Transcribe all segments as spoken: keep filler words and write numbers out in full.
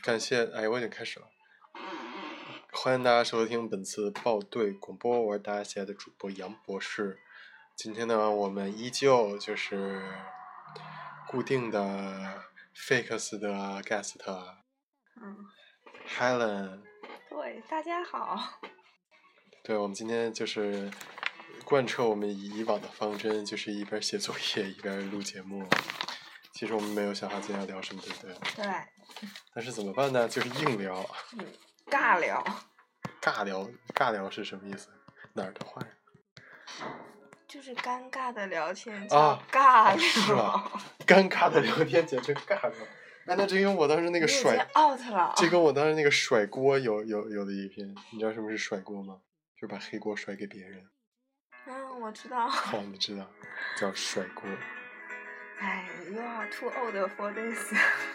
感谢，哎，我已经开始了。欢迎大家收听本次报队广播，我是大家喜爱的主播杨博士。今天呢，我们依旧就是固定的 Fakes 的 guest， 嗯 Helen。 对，大家好。 对，我们今天就是贯彻我们以往的方针，就是一边写作业一边录节目。其实我们没有想好今天要聊什么，对不对？ 对。 但是怎么办呢？就是硬聊。 嗯，尬聊。 尬聊，尬聊是什么意思？哪儿的话呀？ 就是尴尬的聊天啊， 叫尬聊。 是吧？尴尬的聊天简直尬聊。哎，那这跟我当时那个甩 out 了， 这跟我当时那个甩锅有有有的一篇。你知道什么是甩锅吗？就把黑锅甩给别人。 嗯，我知道。 好，你知道，叫甩锅。 哎 ，You are too old for this 。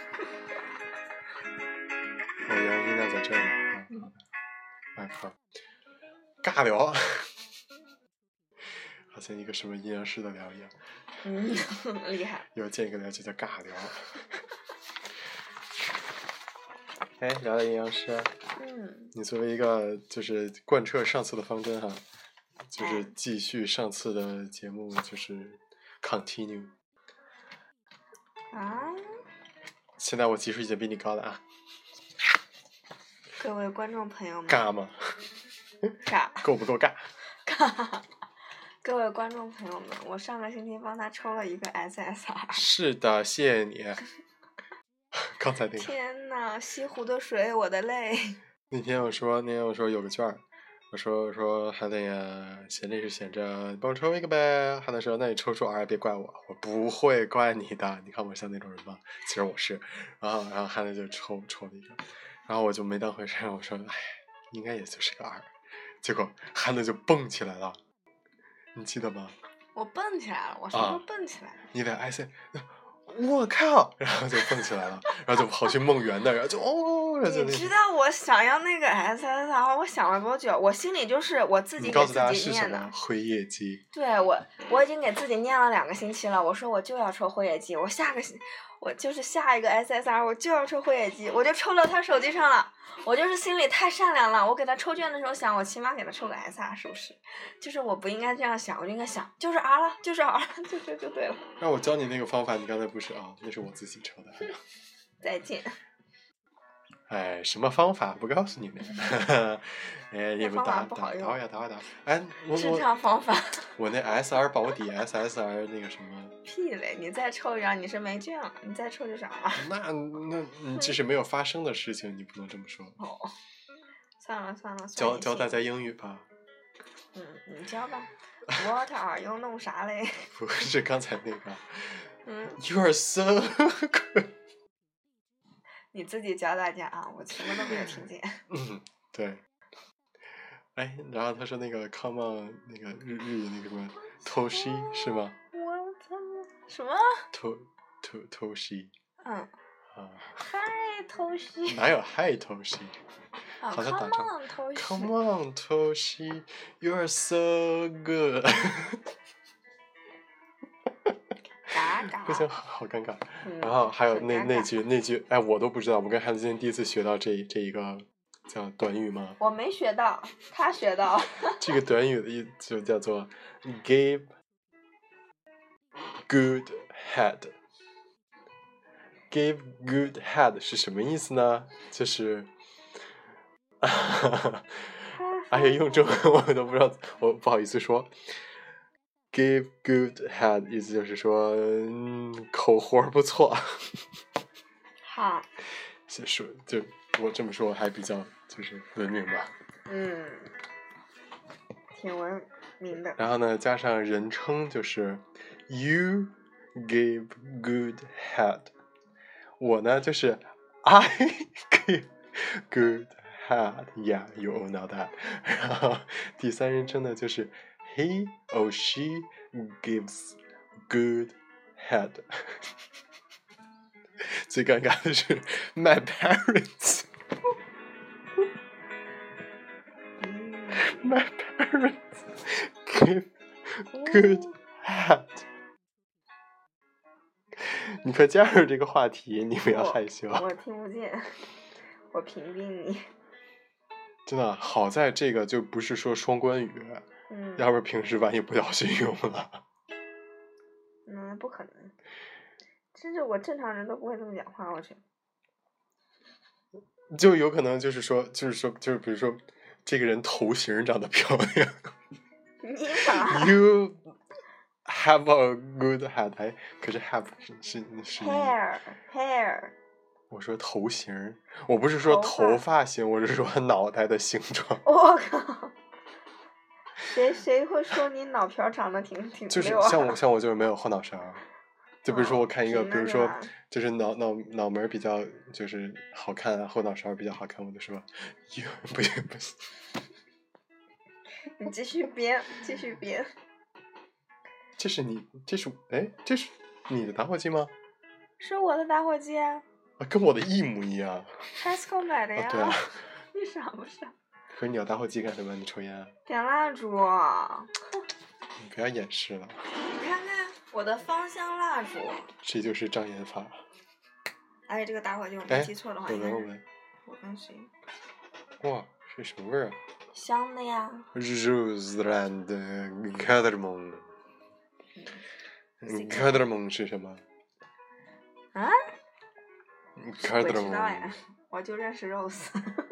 哦，原来音量在这里。嗯，好的。哎，好。尬聊。好像一个什么阴阳师的聊一样。 嗯，厉害。 有见一个聊就叫尬聊。哎，聊聊阴阳师。 嗯。 你作为一个就是贯彻上次的方针哈，就是继续上次的节目，就是 continue。 啊？ 现在我级数已经比你高了啊。 各位观众朋友们。 尬吗？ 尬。 够不够尬？ 尬。各位观众朋友们，我上个星期帮他抽了一个 S S R。 是的，谢谢你。刚才那个。 天哪，西湖的水，我的泪。 那天我说，那天我说有个券儿，我说我说海伦呀，闲着也是闲着，你帮我抽一个呗。海伦说，那你抽出 R 别怪我，我不会怪你的。你看我像那种人吗？其实我是。然后然后海伦就抽抽了一个，然后我就没当回事，我说哎，应该也就是个 R。结果海伦就蹦起来了。你记得吗？ 我蹦起来了，我什么时候蹦起来了？ 你的 I C， 我靠，然后就蹦起来了，然后就跑去梦圆的，然后就哦，然后就你知道我想要那个 S S R， 我想了多久？我心里就是我自己给自己念的。 辉夜姬。 对，我我已经给自己念了两个星期了。我说我就要抽辉夜姬，我下个我就是下一个 S S R 我就要抽辉夜姬，我就抽到他手机上了。我就是心里太善良了，我给他抽卷的时候想，我起码给他抽个 S R 是不是？就是我不应该这样想，我应该想就是 R 了，就是 R 了，就这就对了。 那我教你那个方法，你刚才不是啊？那是我自己抽的。 再见。 哎，什么方法不告诉你们？哎，你们打打打呀打呀打！哎，我正常方法。 我那 S R 保底 S S R 那个什么？ 屁嘞！你再抽一张，你是没卷了，你再抽就啥了？ 那那你这是没有发生的事情，你不能这么说。 哦，算了算了， 教教大家英语吧。 嗯，你教吧。What are you 弄啥嘞？ 不是刚才那个。 嗯。 You are so good。 你自己教大家啊，我什么都没有听见。 嗯，对。哎，然后他说那个 come on 那个日日语那个什么 toshi 是吗？ 我怎么什么 to to toshi。 嗯。 啊。 嗨 toshi。 哪有嗨 toshi？好像打仗。 Come on toshi。 Come on toshi, you are so good。 嘎嘎。 不行，好尴尬。然后还有那那句那句，哎，我都不知道。我跟孩子今天第一次学到这这一个叫短语吗？ 我没学到，他学到。 这个短语的意思就叫做 give good head。give good head 是什么意思呢？就是，哎呀，用中文我都不知道，我不好意思说。give good head 意思就是说，嗯，口活不错。 好。 先说，就我这么说还比较就是文明吧。 嗯，挺文明的。 然后呢，加上人称就是 you give good head。我呢就是 I give good head。Yeah, you all know that。然后第三人称呢就是 he or she gives good head。最尴尬的是 my parents。My parents give good head。你快加入这个话题，你不要害羞。 我, 我听不见。 我屏蔽你。 真的好在这个就不是说双关语， 嗯， 要不然平时万一不小心用了。 嗯，不可能。甚至我正常人都不会这么讲话，我觉得。 就有可能就是说，就是说，就是比如说，这个人头型长得漂亮。 你咋 You have a good head， 哎，可是 have 是是是。 hair hair。 我说头型，我不是说头发型，我是说脑袋的形状。 我靠！谁谁会说你脑瓢长得挺挺就是溜啊？ 像我像我就是没有后脑勺。就比如说我看一个， 哦比如说就是脑脑脑门比较就是好看啊，后脑勺比较好看，我就说，哟，不行不行。 你继续编，继续编。 这是你，这是哎，这是你的打火机吗？ 是我的打火机啊。 啊，跟我的一模一样。 Tesco 买的呀。 啊对啊。 你傻不傻？ 可是你要打火机干什么？你抽烟啊？ 点蜡烛。 你不要掩饰了。 你看看我的芳香蜡烛。 这就是障眼法。 而且这个打火机我没记错的话， 我闻我闻。 我跟谁？ 哇，是什么味儿啊？ 香的呀。 Rose and cardamom。cardamom 是什么？ 啊？我知道呀，我就认识 Rose。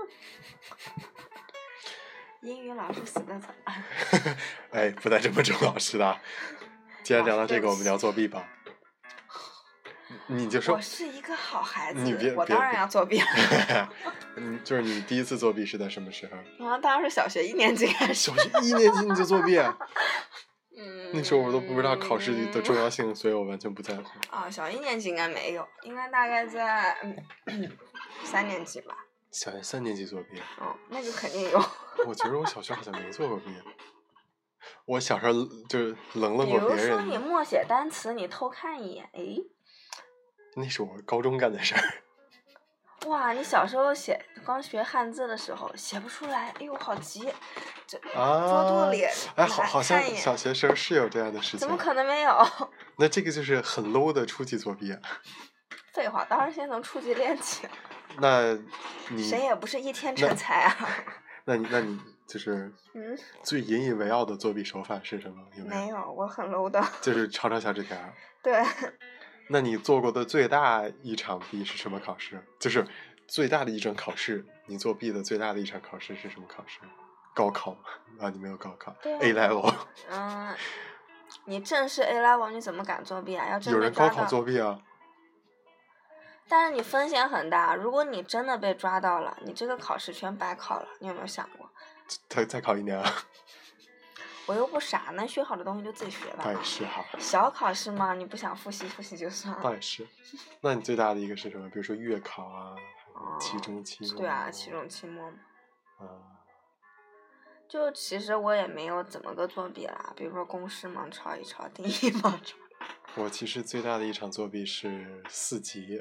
英语老师死得早。 哎，不带这么整老师的。既然聊到这个，我们聊作弊吧。你就说。 我是一个好孩子， 你别我当然要作弊了。 嗯，就是你第一次作弊是在什么时候？ 啊，当然是小学一年级开始。 小学一年级你就作弊？ 嗯。 那时候我都不知道考试的重要性，所以我完全不在乎。 啊，小一年级应该没有，应该大概在嗯三年级吧。 小学三年级作弊？ 哦，那就肯定有。 我觉得我小学好像没做过弊。我小时候就是冷冷过别人。 比如说你默写单词，你偷看一眼，哎。 那是我高中干的事儿。 哇，你小时候写刚学汉字的时候写不出来，哎呦好急，就啊， 桌肚里哎，好，好像小学生是有这样的事情。 怎么可能没有？ 那这个就是很 low 的初级作弊啊。 废话，当然先从初级练起。 那你谁也不是一天成才啊。 那你那你就是嗯， 最引以为傲的作弊手法是什么？有没有？ 没有，我很 low 的。 就是抄抄小纸条。 对。 那你做过的最大一场弊是什么考试？就是最大的一场考试，你作弊的最大的一场考试是什么考试？高考吗？啊，你没有高考。A level。 嗯，你正式 A level 你怎么敢作弊啊？要真有人高考作弊啊。 但是你风险很大，如果你真的被抓到了，你这个考试全白考了，你有没有想过？ 再再考一年啊。 我又不傻，能学好的东西就自己学吧。 倒也是哈。 小考试嘛，你不想复习复习就算了。 倒也是。那你最大的一个是什么？比如说月考啊，期中、期末。 对啊，期中、期末嘛。 啊。 就其实我也没有怎么个作弊啦，比如说公式盲抄一抄，定义盲抄。 我其实最大的一场作弊是四级，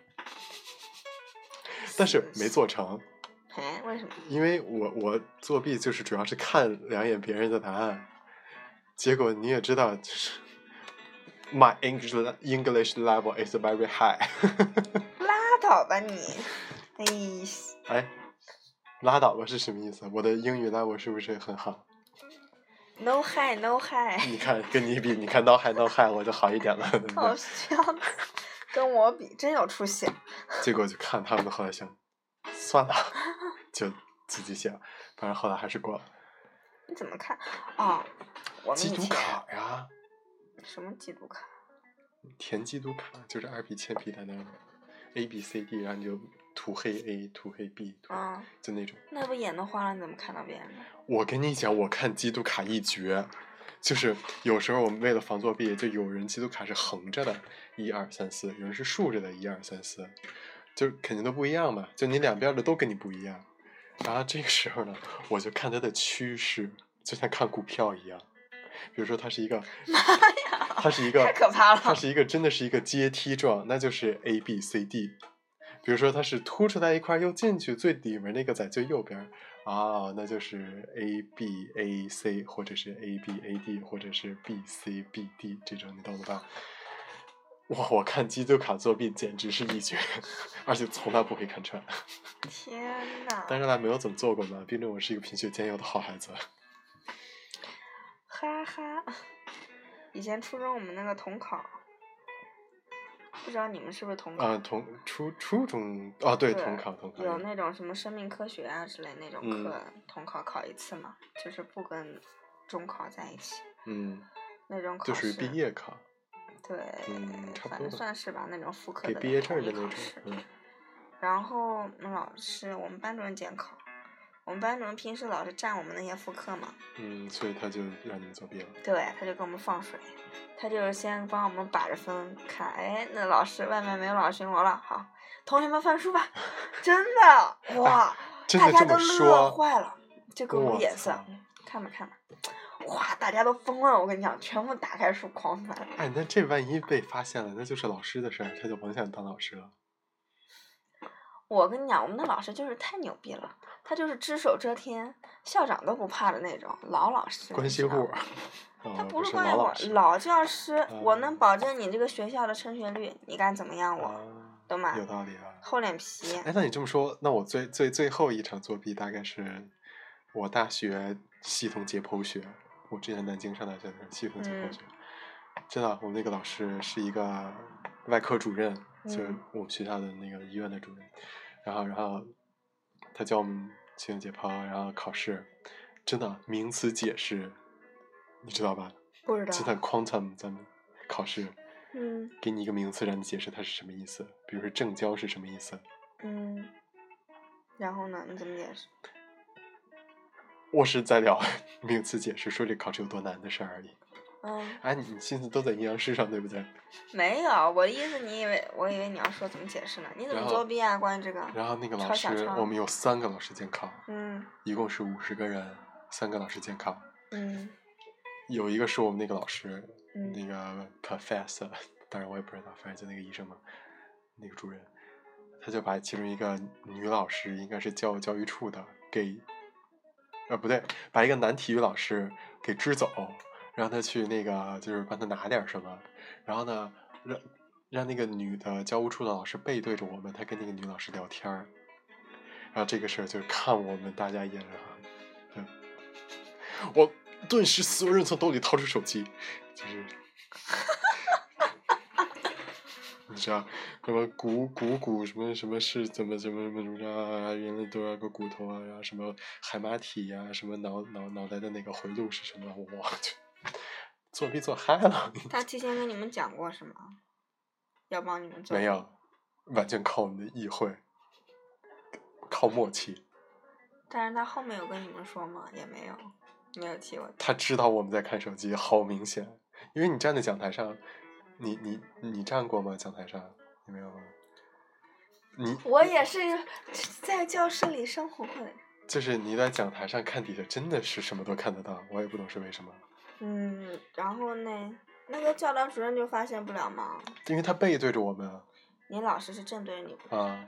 但是没做成。 哎，为什么？ 因为我我作弊就是主要是看两眼别人的答案，结果你也知道，就是 my English English level is very high。 拉倒吧你！哎。 哎，拉倒吧是什么意思？我的英语 level 是不是很好 ？No high, no high。 你看跟你比，你看 no high no high 我就好一点了。 好笑，跟我比真有出息。 结果就看他们后来想，算了。就自己写，反正后来还是过了。 你怎么看？哦，我们以前。 季度卡呀。 什么季度卡？ 填季度卡就是二 B 铅笔的那个 A B C D， 然后你就涂黑 A， 涂黑 B， 涂嗯， 就那种。 那不眼都花了，你怎么看到别人的？ 我跟你讲，我看季度卡一绝，就是有时候我们为了防作弊，就有人季度卡是横着的，一二三四，有人是竖着的，一二三四，就肯定都不一样嘛，就你两边的都跟你不一样。然后这个时候呢，我就看它的趋势，就像看股票一样。比如说它是一个， 妈呀， 它是一个太可怕了， 它是一个真的是一个阶梯状，那就是 A B C D。比如说它是凸出来一块又进去，最里面那个在最右边啊，那就是 A B A C 或者是 A B A D 或者是 B C B D 这种，你懂了吧？ 哇，我看基督卡作弊简直是一绝，而且从来不会看穿。 天哪！ 但是他没有怎么做过嘛，毕竟我是一个品学兼优的好孩子。 哈哈，以前初中我们那个统考，不知道你们是不是统考？ 啊，统初初中啊，对， 对统考统考有那种什么生命科学啊之类那种课， 嗯统考考一次嘛，就是不跟中考在一起。 嗯， 那种考试。 就属于毕业考。 对， 嗯，差不反正多吧。 算是吧，那种复刻的给毕业统一证的那种考试。 嗯。 然后我们老师，我们班主任监考，我们班主任平时老是占我们那些复课嘛。 嗯，所以他就让你们作弊了。 对，他就给我们放水，他就是先帮我们把着分看，哎，那老师外面没有老师巡逻了，好，同学们翻书吧，真的哇， 真的这么大家都乐说坏了，就给我们我眼色操， 看吧看吧，哇，大家都疯了，我跟你讲，全部打开书狂翻。 哎，那这万一被发现了，那就是老师的事儿，他就甭想当老师了。 我跟你讲，我们的老师就是太牛逼了，他就是只手遮天，校长都不怕的那种老老师。 关系户。 他不是是关系户， 老老师。 老教师， 啊、 我能保证你这个学校的升学率，你敢怎么样我？ 啊、 懂吗？ 有道理啊。 厚脸皮。 哎，那你这么说，那我最最最后一场作弊大概是我大学系统解剖学，我之前南京上大学的时候系统解剖学。嗯真的，我们那个老师是一个外科主任， 嗯、 就是我们学校的那个医院的主任。然后，然后他教我们系统解剖，然后考试，真的名词解释，你知道吧？ 不知道。 就在 quantum 咱们考试， 嗯， 给你一个名词让你解释它是什么意思，比如说正交是什么意思。 嗯，然后呢？你怎么解释？ 我是在聊名词解释，说这考试有多难的事儿而已。 嗯， 哎，你心思都在阴阳师上，对不对？ 没有，我的意思，你以为我以为你要说怎么解释呢？你怎么作弊啊？关于这个？ 然后那个老师，我们有三个老师监考， 嗯， 一共是五十个人，三个老师监考， 嗯， 有一个是我们那个老师， 嗯、 那个 professor， 当然我也不知道，反正就那个医生嘛，那个主任，他就把其中一个女老师，应该是教教育处的，给，呃不对，把一个男体育老师给支走。让他去那个，就是帮他拿点什么，然后呢，让让那个女的教务处的老师背对着我们，他跟那个女老师聊天儿，然后这个事儿就是看我们大家一眼啊，嗯，我顿时所有人从兜里掏出手机，就是，你知道什么骨骨骨什么什么是怎么怎么怎么着，人类多少个骨头啊，然后什么海马体呀、啊，什么脑脑脑袋的那个回路是什么，我去。作弊做嗨了。 他提前跟你们讲过是吗？要帮你们作弊？ 没有，完全靠我们的意会，靠默契。 但是他后面有跟你们说吗？也没有，没有提过。 他知道我们在看手机，好明显，因为你站在讲台上，你你你站过吗？讲台上你没有吗？你我也是在教室里生活过的。 就是你在讲台上看底下，真的是什么都看得到，我也不懂是为什么。 嗯，然后呢？那个教导主任就发现不了吗？ 因为他背对着我们。 你老师是正对着你。 啊。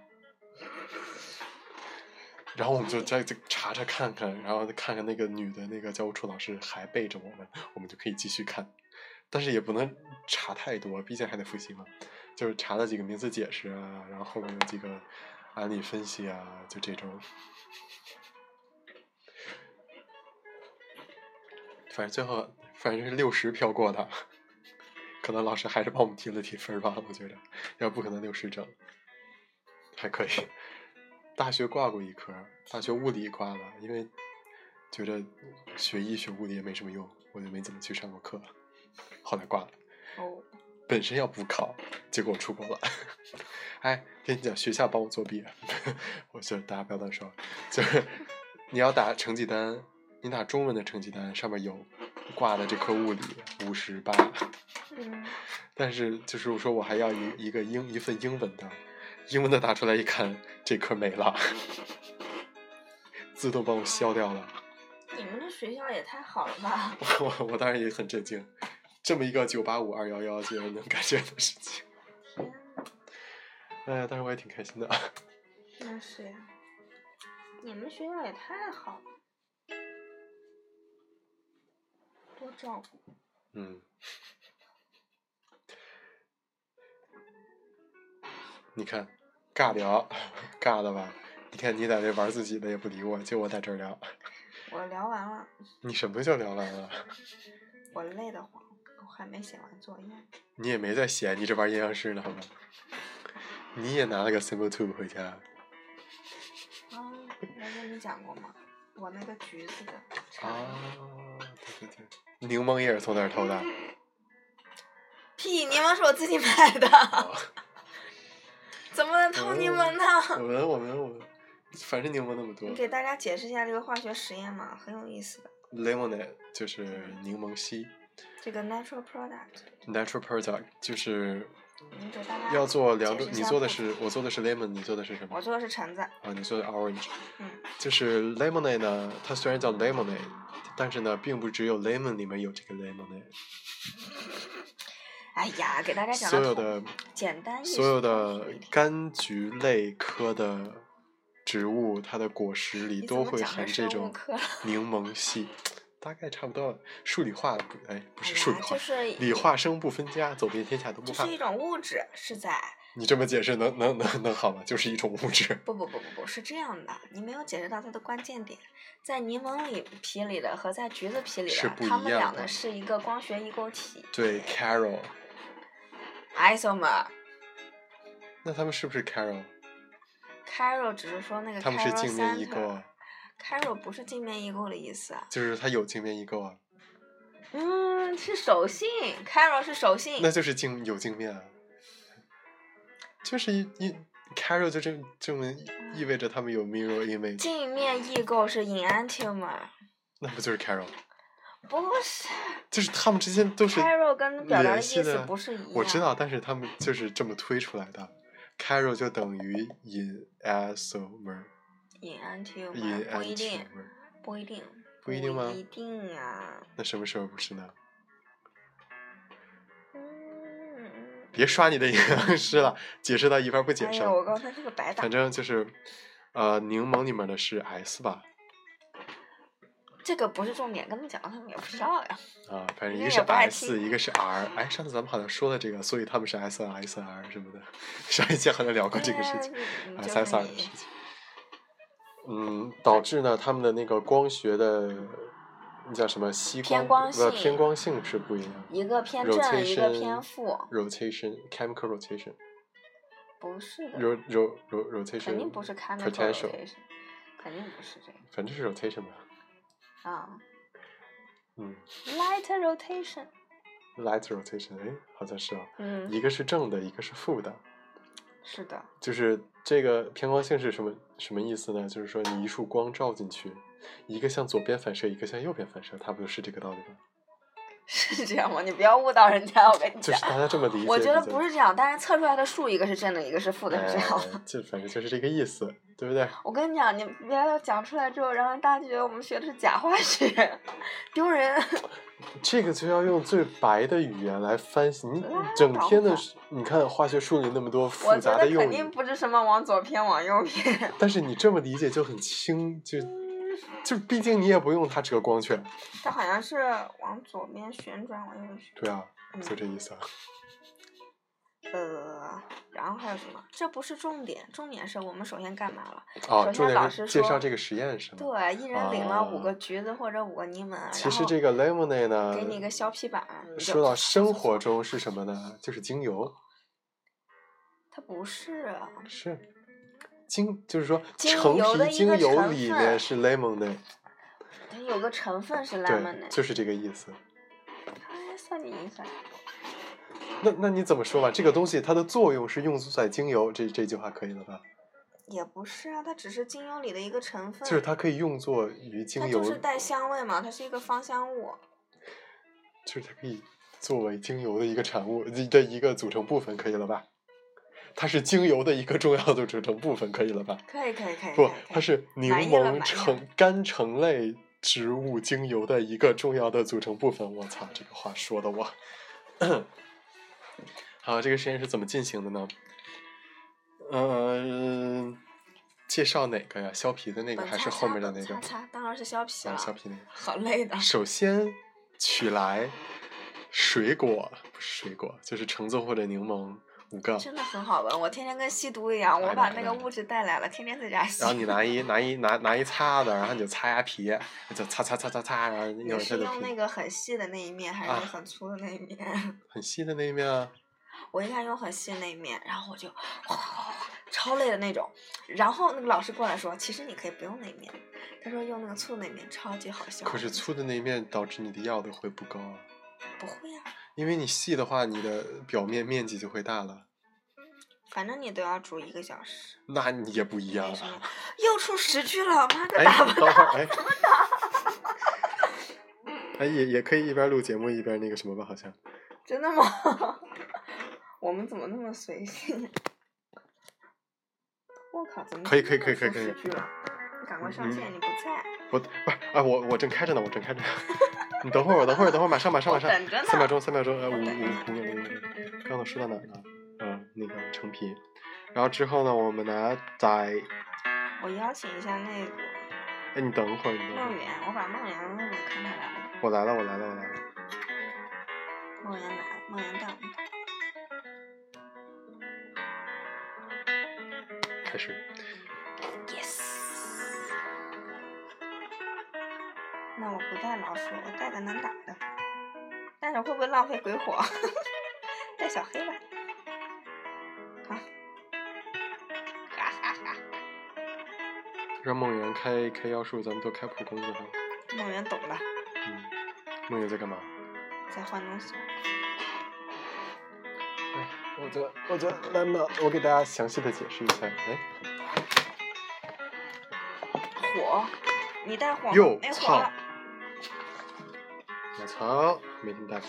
然后我们就在这查查看看，然后看看那个女的那个教务处老师还背着我们，我们就可以继续看，但是也不能查太多，毕竟还得复习嘛。就是查了几个名词解释啊，然后后面有几个案例分析啊，就这种。反正最后反正是六十飘过的，可能老师还是帮我们提了提分吧，我觉得，要不可能六十整，还可以。大学挂过一科，大学物理挂了，因为觉得学医学物理也没什么用，我就没怎么去上过课，后来挂了。 哦。 本身要补考，结果出国了。哎，跟你讲，学校帮我作弊，我觉得大家不要乱说，就是你要打成绩单。你打中文的成绩单上面有挂的这科物理五十八，但是就是我说我还要一一个英一份英文的，英文的打出来一看这科没了，字都帮我消掉了。 你们的学校也太好了吧！ 我我当然也很震惊，这么一个九八五二幺幺竟然能干这样的事情。哎呀，但是我也挺开心的。 那是呀，你们学校也太好了。多照顾。 嗯， 你看，尬聊，尬的吧？你看你在这玩自己的也不理我，就我在这儿聊。 我聊完了。 你什么就聊完了？ 我累得慌，我还没写完作业。 你也没在写，你这玩阴阳师呢，好吧？你也拿了个 Symbol Two 回家。 啊，我跟你讲过吗？我那个橘子的。 啊，对对对，柠檬也是从那儿偷的。 屁！柠檬是我自己买的。 哦、 怎么能偷柠檬呢？ 我们我们我们，反正柠檬那么多。 你给大家解释一下这个化学实验嘛，很有意思的。 Lemonade 就是柠檬烯。 这个 natural product。 natural product 就是你给大家要做两种， 解释一下你做的是我做的是 lemon， 你做的是什么？ 我做的是橙子。 啊，你做的 orange。 嗯。 就是 lemonade 呢，它虽然叫 lemonade， 但是呢，并不只有 lemon 里面有这个 lemonade。 哎呀，给大家讲所有的简单易所有的柑橘类科的植物，它的果实里都会含这种柠檬烯。大概差不多，数理化不哎，不是数理化， 哎、就是理化生不分家，走遍天下都不怕。 这是一种物质，是在。 你这么解释能能能能好吗？就是一种物质。 不不不不不是这样的，你没有解释到它的关键点，在柠檬里皮里的和在橘子皮里的，它们俩的是一个光学异构体。 对 ，Carol。isomer。 那他们是不是 Carol？Carol 只是说那个 Carol。 他们是镜面异构啊。 Carol 不是镜面异构的意思啊。 就是它有镜面异构啊。 嗯，是手性 ，Carol 是手性。 那就是镜有镜面啊。就是一一 Carol 就这这么意味着他们有 mirror image。 镜面异构是 enantiomer。 那不就是 Carol？ 不是。 就是他们之间都是 Carol 跟表达的意思不是一样。 我知道，但是他们就是这么推出来的。Carol 就等于 enantiomer。enantiomer 不一定，不一定， 不一定吗？ 不一定啊。 那什么时候不是呢？别刷你的阴阳师了，解释到一半不解释了。 哎呀，我刚才那个白打。 反正就是，呃，柠檬里面的是 S 吧？ 这个不是重点，跟他们讲了他们也不知道呀。 啊，反正一个是 S， 一个是 R。哎，上次咱们好像说了这个，所以他们是 S S R 什么的。上一期好像聊过这个事情 ，S S R 的事情。嗯，导致呢，他们的那个光学的。那叫什么吸光？ 偏光性， 偏光性是不一样。 一个偏正，一个偏负。 rotation chemical rotation。 不是的。 ro ro ro rotation。 肯定不是 chemical rotation。肯定不是这个。 反正是 rotation 吧。 啊。 嗯。 light rotation。 light rotation， 哎，好像是啊。 嗯。 一个是正的，一个是负的。 是的。 就是这个偏光性是什么什么意思呢？就是说你一束光照进去。一个向左边反射，一个向右边反射，它不就是这个道理吗？ 是这样吗？你不要误导人家，我跟你讲。 就是大家这么理解。 我觉得不是这样，但是测出来的数一个是正的，一个是负的，是这样的。 就反正就是这个意思，对不对？ 我跟你讲，你别讲出来之后，然后大家就觉得我们学的是假化学，丢人。 这个就要用最白的语言来分析，你整天的，你看化学书里那么多复杂的用语， 我觉得肯定不是什么往左偏往右偏。 但是你这么理解就很轻，就。就毕竟你也不用它折光圈， 它好像是往左边旋转，往右边旋转。 对啊，就这意思啊。 呃，然后还有什么？这不是重点，重点是我们首先干嘛了？ 哦， 首先老师介绍这个实验是吗？ 对，一人领了五个橘子或者五个柠檬。 其实这个 lemonade 呢， 给你一个削皮板。 说到生活中是什么呢？就是精油。 它不是啊。 是。精就是说，橙皮精油里面是 lemonade， 它有个成分是 lemonade， 对，就是这个意思。 哎，算你一算。 那那你怎么说吧？这个东西它的作用是用在精油，这这句话可以了吧？ 也不是啊，它只是精油里的一个成分。 就是它可以用作于精油。 它就是带香味嘛，它是一个芳香物。 就是它可以作为精油的一个产物的一个组成部分，可以了吧？它是精油的一个重要的组成部分，可以了吧？ 可以可以可以。 不，它是柠檬橙干橙类植物精油的一个重要的组成部分。我操，这个话说的我。好，这个实验是怎么进行的呢？嗯、呃，介绍哪个呀？削皮的那个还是后面的那个？ 当然是削皮了。 削皮那个。 好累的。 首先取来水果，不是水果，就是橙子或者柠檬。 五个， 真的很好闻。我天天跟吸毒一样，我把那个物质带来了，天天在家吸。 然后你拿一拿一拿拿一擦子，然后你就擦牙皮，就擦擦擦擦擦，然后你是用那个很细的那一面，还是很粗的那一面？啊、 很细的那一面啊。 我一般用很细的那一面，然后我就哗超累的那种。然后那个老师过来说，其实你可以不用那一面，他说用那个粗的那一面超级好笑。 可是粗的那一面导致你的药的会不高啊。 不会啊。 因为你细的话，你的表面面积就会大了。 反正你都要煮一个小时。 那你也不一样啊。 又出十句了，妈的打不到！ 哎， 怎么打？哎，也也可以一边录节目一边那个什么吧，好像。 真的吗？我们怎么那么随性？我靠，怎么可以可以可以可以可以。 十句了，你赶快上线，嗯、你不在。 我不是啊，我我正开着呢，我正开着呢。你等会儿，我等会儿，等会儿，马上马上马上。 等着呢。 三秒钟，三秒钟，呃，五五五五五。刚刚说到哪了？嗯，那个成皮。然后之后呢，我们拿在。 我邀请一下那个。 哎，你等会儿，你等会儿。 梦圆，我把梦圆问问看他来了。 我来了，我来了，我来了。 梦圆来了，梦圆到。 开始。 Yes。那我不带老鼠，我带个能打的。但是会不会浪费鬼火？带小黑吧。好。哈哈哈。 让梦圆开开妖术，咱们都开普攻就好。 梦圆懂的。 嗯。梦圆在干嘛？ 在换东西。 哎，我这我这来嘛，我给大家详细的解释一下。哎。 火，你带火吗？ 哟， 没火了。 我操，没听带火。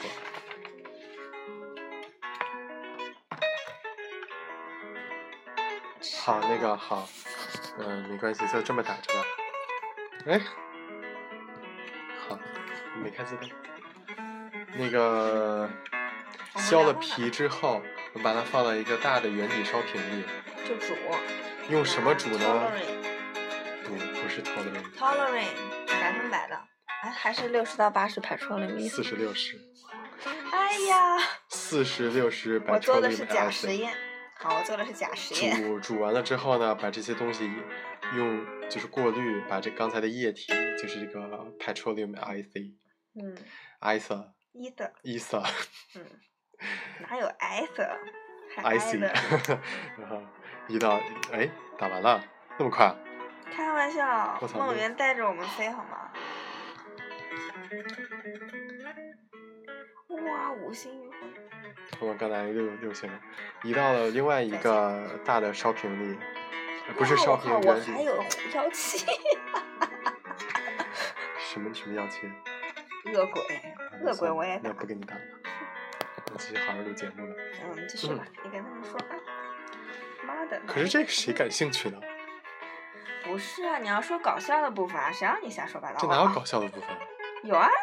好，那个好，嗯、呃，没关系，就这么打着吧。哎，好，没开自动。那个削了皮之后，我把它放到一个大的圆底烧瓶里， 就煮。 用什么煮呢？不，不是 tolerant。tolerant 百分百的，哎，还是六十到八十 petroleum。 四十六十。 哎呀。 四十六十 petroleum。 我做的是假实验。好，我做的是假实验。 煮煮完了之后呢，把这些东西用就是过滤，把这刚才的液体，就是这个 petroleum ether。 嗯。 ether。 ether。 ether。 嗯。哪有 ether？ I C。然后一到哎打完了，那么快？ 开玩笑，梦圆带着我们飞好吗？哇，五星云魂。 我们刚才六六星了，移到了另外一个大的烧瓶里，不是烧瓶， 我还有妖气。 什么什么妖气？ 恶鬼，恶鬼我也打。 那不跟你打了，我继续好好录节目了。 嗯，继续吧，你跟他们说啊。妈的！ 可是这个谁感兴趣呢？ 不是啊，你要说搞笑的部分啊，谁让你瞎说八道？ 这哪有搞笑的部分？ 有啊。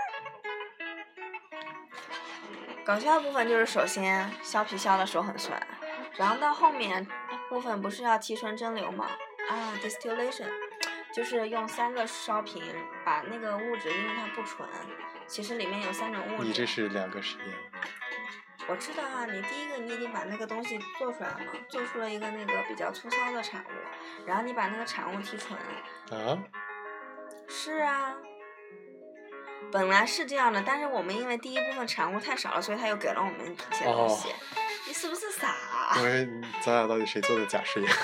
搞笑的部分就是首先削皮削的手很酸，然后到后面部分不是要提纯蒸馏吗？啊 ，distillation， 就是用三个烧瓶把那个物质，因为它不纯，其实里面有三种物质。 你这是两个实验。 我知道啊，你第一个你已经把那个东西做出来了嘛，做出了一个那个比较粗糙的产物，然后你把那个产物提纯。 啊？ 是啊。本来是这样的，但是我们因为第一部分产物太少了，所以他又给了我们一些东西。哦、你是不是傻？ 因为咱俩到底谁做的假实验？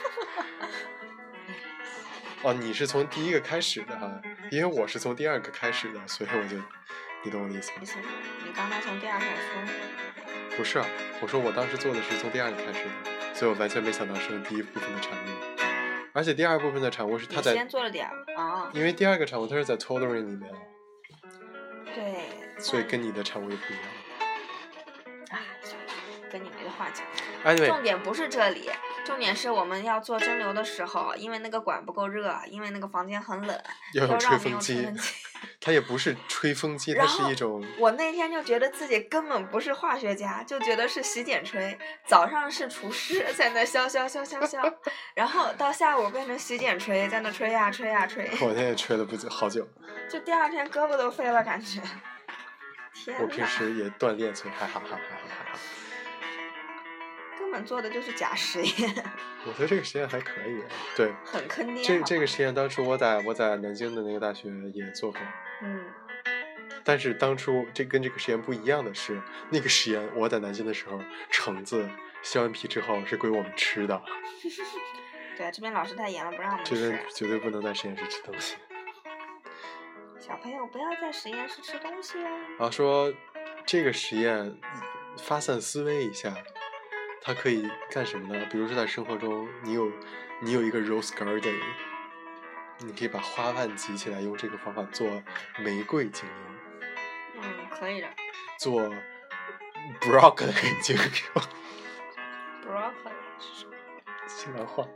哦，你是从第一个开始的哈，因为我是从第二个开始的，所以我就，你懂我的意思吗？ 你刚才从第二个说。 不是，我说我当时做的是从第二个开始的，所以我完全没想到是用第一部分的产物，而且第二部分的产物是它在。 你先做了点啊。哦、 因为第二个产物它是在 tolerant 里面。 对。 所以跟你的产物也不一样。 啊，跟你没得话讲。 Anyway， 重点不是这里，重点是我们要做蒸馏的时候，因为那个管不够热，因为那个房间很冷， 要用吹风机。它也不是吹风机，它是一种。 我那天就觉得自己根本不是化学家，就觉得是洗剪吹。早上是厨师在那削削削削削，然后到下午变成洗剪吹，在那吹呀吹呀吹。 我那也吹了不久好久。 就第二天胳膊都飞了，感觉。天哪！ 我平时也锻炼，所以还好还好还好还好。 根本做的就是假实验。 我觉得这个实验还可以，对， 很坑爹。 这这个实验当初我在我在南京的那个大学也做过。 嗯。 但是当初这跟这个实验不一样的是，那个实验我在南京的时候，橙子削完皮之后是归我们吃的。 对，这边老师太严了，不让我们吃。 这边绝对不能在实验室吃东西。 小朋友不要在实验室吃东西啊！ 然后说这个实验发散思维一下，它可以干什么呢？比如说在生活中，你有你有一个 rose garden， 你可以把花瓣集起来，用这个方法做玫瑰精油。 嗯，可以的。 做 broccoli 精油。 broccoli 是什么？ 西兰花。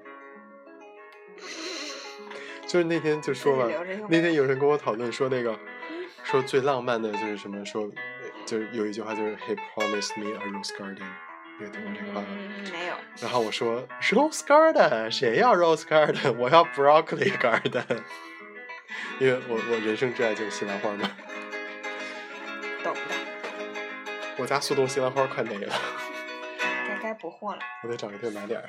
就是那天就说了，那天有人跟我讨论说那个，说最浪漫的就是什么，说就是有一句话就是 He promised me a rose garden， 你有听过这个话吗？ 嗯，没有。 然后我说 rose garden， 谁要 rose garden？ 我要 broccoli garden， 因为我我人生挚爱就是西兰花嘛。 懂的。 我家速冻西兰花快没了， 该该补货了。 我得找个地儿买点儿。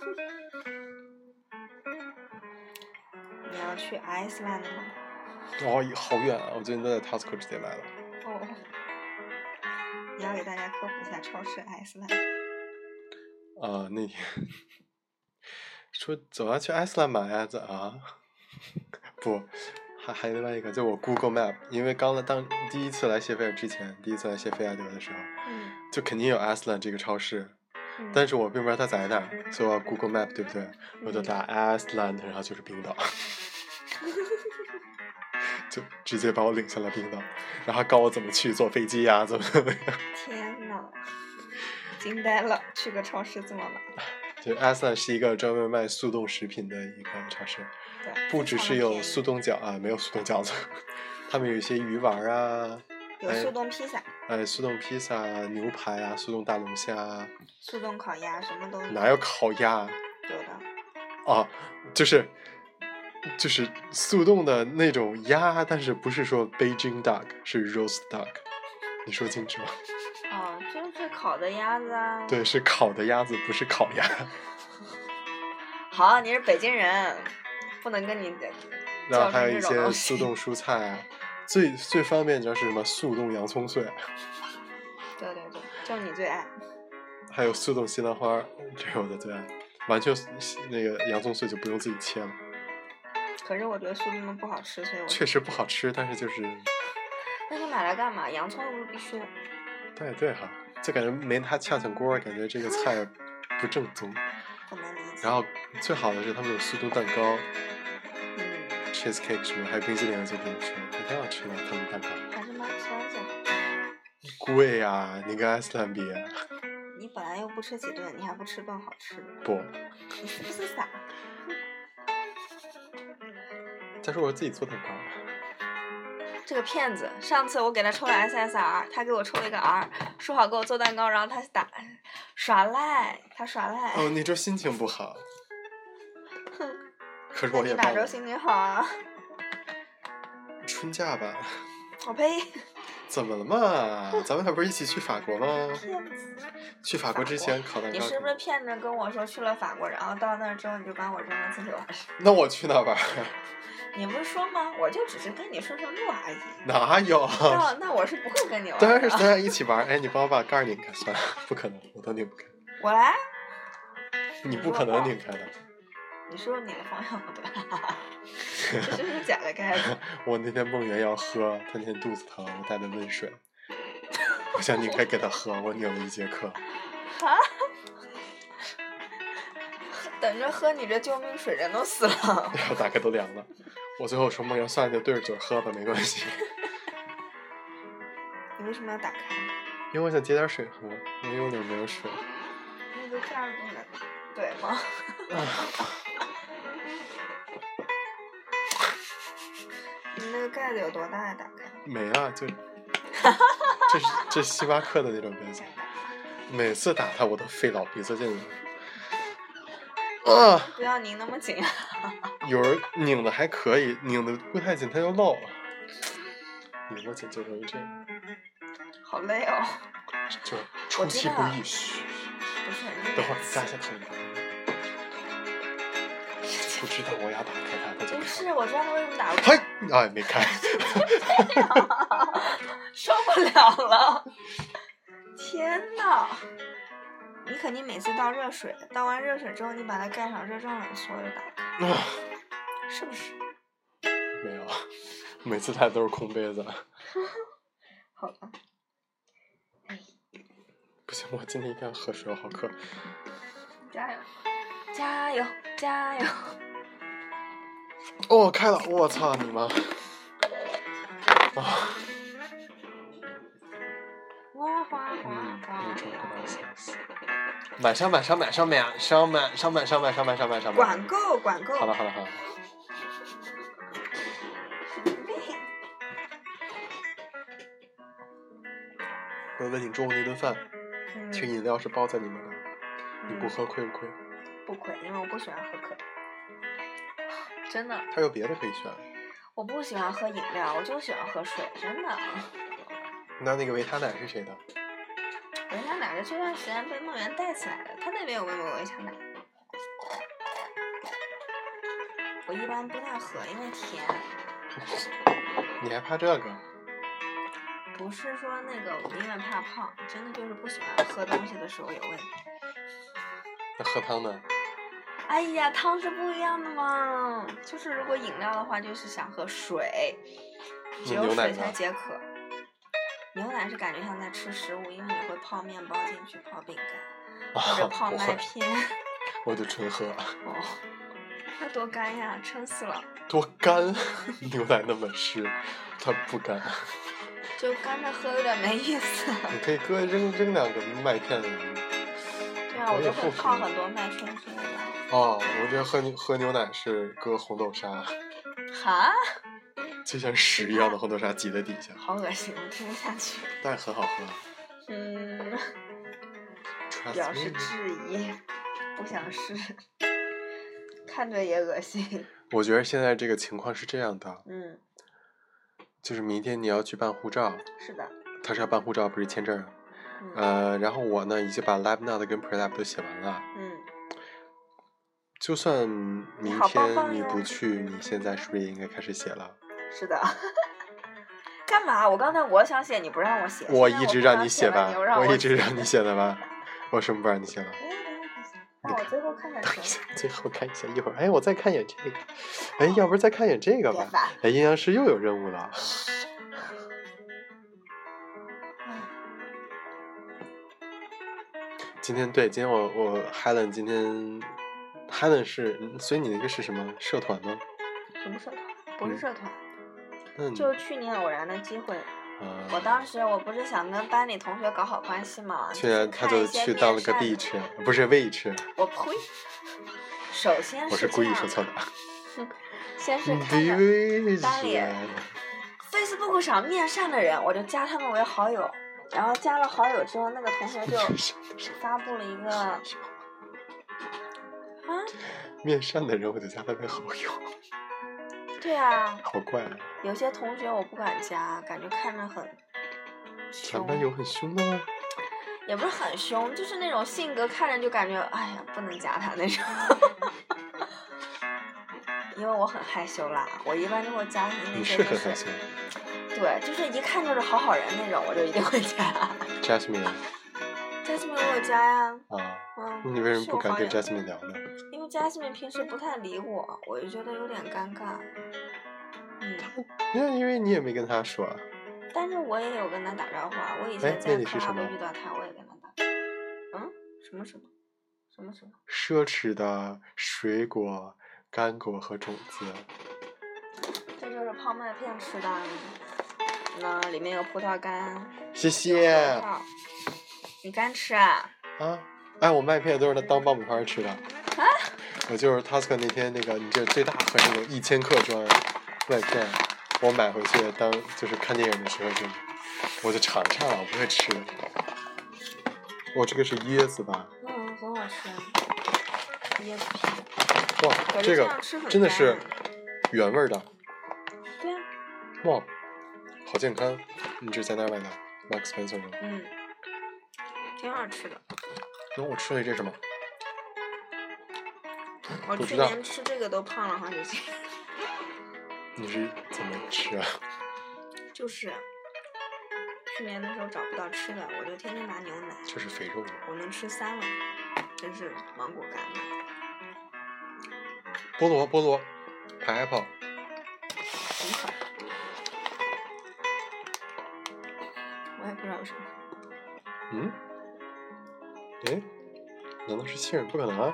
你要去 Iceland 吗？ 哦，好远啊！我最近都在 Tesco 直接买了。 哦。你要给大家科普一下超市 Iceland。 啊、呃，那天说走要去 Iceland 买呀，咋啊？不。还还有另外一个，就我 Google Map， 因为刚来当第一次来谢菲尔之前，第一次来谢菲亚德的时候， 嗯， 就肯定有 Iceland 这个超市， 嗯、 但是我并不知道它在哪，所以我要 Google Map， 对不对？ 嗯、 我就打 Iceland， 然后就是冰岛，就直接把我领向了冰岛，然后告我怎么去，坐飞机呀、啊，怎么怎么样。 天哪，惊呆了！去个超市这么晚。 就 Iceland 是一个专门卖速冻食品的一个超市，不只是有速冻饺啊，没有速冻饺子，他们有一些鱼丸啊， 有速冻披萨， 哎，速冻披萨、牛排啊，速冻大龙虾， 速冻烤鸭，什么都有。 哪有烤鸭？ 有的。 哦，就是就是速冻的那种鸭，但是不是说 Beijing duck， 是 roast duck， 你说清楚吗？ 哦，就是烤的鸭子啊。 对，是烤的鸭子，不是烤鸭。 好，你是北京人，不能跟你。 然后还有一些速冻蔬菜啊，最最方便就是什么速冻洋葱碎。 对对对，就是你最爱。 还有速冻西兰花，这是我的最爱。完全那个洋葱碎就不用自己切了。 可是我觉得速冻的不好吃，所以我。 确实不好吃，但是就是。 那你买来干嘛？洋葱又不是必须的。对对哈，就感觉没它炝炝锅，感觉这个菜不正宗。 不能理解。 然后最好的是他们有速冻蛋糕， 嗯 ，cheesecake 什么，还有冰淇淋，就跟你说，还挺好吃的，他们蛋糕。 还是买酸最好。 贵呀、啊，你跟艾斯兰比。 你本来又不吃几顿，你还不吃顿好吃的。 不。 你是不是傻？ 再说我自己做蛋糕。 这个骗子，上次我给他抽了 S S R， 他给我抽了一个 R， 说好给我做蛋糕，然后他打耍赖，他耍赖。 哦，你这心情不好。 哼。 可是我也。 你哪周心情好啊？ 春假吧。 我呸！ 怎么了嘛？咱们还不是一起去法国吗？ 骗子！ 去法国之前烤蛋糕。 你是不是骗着跟我说去了法国，然后到那儿之后你就把我扔了自己玩？ 那我去哪玩？ 你不是说吗？我就只是跟你顺顺路而已。 哪有？ 那那我是不会跟你玩的。 当然是咱俩一起玩。哎，你帮我把盖儿拧开算了，不可能，我都拧不开。 我来。 你不可能拧开的。 你说你的方向不对，这是不是假的盖子？ 我那天梦圆要喝，他那天肚子疼，我带的温水，我想拧开给他喝，我拧了一节课。 啊？等着喝你这救命水，人都死了。 然后打开都凉了，我最后说梦圆算了，就对着嘴喝吧，没关系。 你为什么要打开？ 因为我想接点水喝，因为我那没有水。 那就这样不能对吗？你那个盖子有多大呀？打开。 没啊，就这是这星巴克的那种杯子，每次打它我都费老鼻子劲了。啊！ 不要拧那么紧啊！ 有人拧的还可以，拧的不太紧它就漏了。拧的紧就容易这样。 好累哦。 就出其不意，嘘。 不是， 等会儿加一下头。不知道我要打开它，它就不是， 开了。 我知道他为什么打不嘿，哎，没开。 受不了了！天哪！你肯定每次倒热水，倒完热水之后，你把它盖上，热胀冷缩就打开， 啊， 是不是？ 没有，每次它都是空杯子。 好吧。 不行，我今天一定要喝水，我好渴。 加油！加油！加油！ 哦，开了！我操你妈！啊！ 哇哗哗嗯， 哗！ 一周不到三四。买上买上买上买上买上买上买上买上买上买。 管够管够。 好了好了好了。我问你中午那顿饭， 嗯、 这个饮料是包在里面的，你不喝亏不亏？ 不亏，因为我不喜欢喝可乐。真的。 它有别的可以选。 我不喜欢喝饮料，我就喜欢喝水，真的。 那那个维他奶是谁的？ 维他奶是这段时间被梦圆带起来的，他那边有没有维他奶？我一般不太喝，因为甜。 你还怕这个？ 不是说那个我因为怕胖，真的就是不喜欢喝东西的时候有问题。 那喝汤呢？ 哎呀，汤是不一样的嘛，就是如果饮料的话，就是想喝水，只有水才解渴。牛奶是感觉像在吃食物，因为你会泡面包进去，泡饼干，或者泡麦片。 我就纯喝。 哦，那多干呀，撑死了。 多干？牛奶那么湿，它不干。 就干着喝有点没意思。 你可以搁扔扔两个麦片。 对啊，我就会泡很多麦片之类的。 哦，我觉得喝牛喝牛奶是搁红豆沙。 哈？ 就像屎一样的红豆沙挤在底下。 好恶心，我听不下去。 但很好喝。 嗯。表示质疑，不想试，看着也恶心。 我觉得现在这个情况是这样的。 嗯。 就是明天你要去办护照。 是的。 他是要办护照，不是签证。 嗯、 呃，然后我呢，已经把 LabNote 跟 Prelab 都写完了。 嗯。 就算明天你不去，你现在是不是也应该开始写了？ 是的。干嘛？我刚才我想写，你不让我写。 我一直让你写吧， 我一直让你写的吧。我什么不让你写了？ 那我最后看看谁？ 最后看一下，一会儿，哎，我再看一眼这个。哎，要不然再看一眼这个吧。哎，阴阳师又有任务了。今天对，今天我我 Helen 今天 Helen 是，所以你那个是什么社团吗？ 什么社团？不是社团， 嗯、 就是去年偶然的机会。 嗯、 我当时我不是想跟班里同学搞好关系嘛， 去年他就去当了个 bitch， 不是 witch。 我呸！首先是我是故意说错的。 先是看着班里 Facebook 上面善的人，我就加他们为好友。然后加了好友之后，那个同学就发布了一个啊， 面善的人我就加他为好友。 对啊， 好怪啊！ 有些同学我不敢加，感觉看着很凶。 咱班有很凶的吗？ 也不是很凶，就是那种性格看着就感觉哎呀不能加他那种。因为我很害羞啦，我一般就会加那些、就是。 你是很害羞。 对，就是一看就是好好人那种，我就一定会加。 Jasmine。Jasmine 我有加呀。 啊。 嗯。 你为什么不敢跟 Jasmine 聊呢？ 因为 Jasmine 平时不太理我，我就觉得有点尴尬。嗯。 那因为你也没跟他说。 但是我也有跟他打招呼啊，我以前在克拉布遇到他，我也跟他打。嗯？什么什么？什么什么？ 奢侈的水果、干果和种子。 这就是泡麦片吃的。那里面有葡萄干， 谢谢。 你干吃啊？ 啊，哎，我麦片都是他当棒棒糖吃的。 啊？ 我就是 Tosco 那天那个，你这最大盒那种一千克装麦片，我买回去当就是看电影的时候就，我就尝尝了，我不会吃。我这个是椰子吧？ 嗯，很好吃。椰子皮。 哇，这个真的是原味的。 对啊。 哇。好健康，你这是在哪儿买的 ？Marks Spencer 吗？ 嗯，挺好吃的。 那我吃了这什么？ 我去年吃这个都胖了好几斤。 你是怎么吃啊？ 就是去年的时候找不到吃的，我就天天拿牛奶。 这是肥肉吗？ 我能吃三碗，真是芒果干的。 菠萝，菠萝 ，pineapple。 很好。我也不知道有什么。 嗯？哎？难道是杏仁？不可能啊！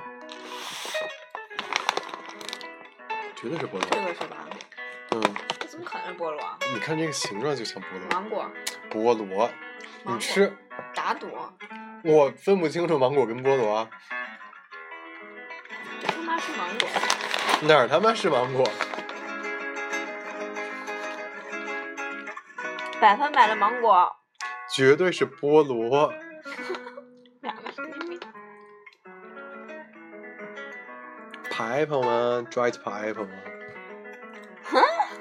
绝对是菠萝。 这个是吧？ 嗯。 这怎么可能是菠萝？ 你看这个形状就像菠萝。 芒果。 菠萝。你吃。 打朵。 我分不清楚芒果跟菠萝。 这他妈是芒果。 哪儿他妈是芒果？ 百分百的芒果。 绝对是菠萝。 两个神经病。 pineapple 吗 ？dried pineapple 吗？ 哼？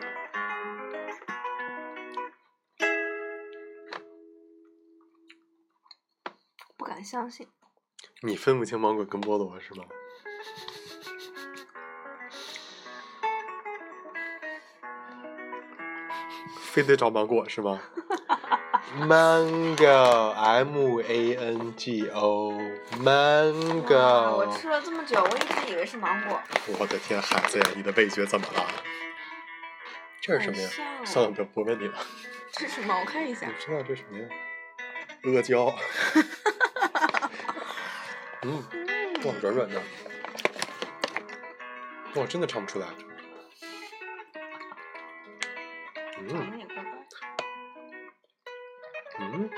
不敢相信。 你分不清芒果跟菠萝是吗？非得找芒果是吗？Mango, M A N G O, mango。 我吃了这么久，我一直以为是芒果。 我的天，孩子呀，你的味觉怎么了？这是什么呀？算了，不不问你了。 这是什么？我看一下。 你知道这是什么呀？阿胶。嗯，哇，软软的。哇，真的尝不出来。嗯。嗯。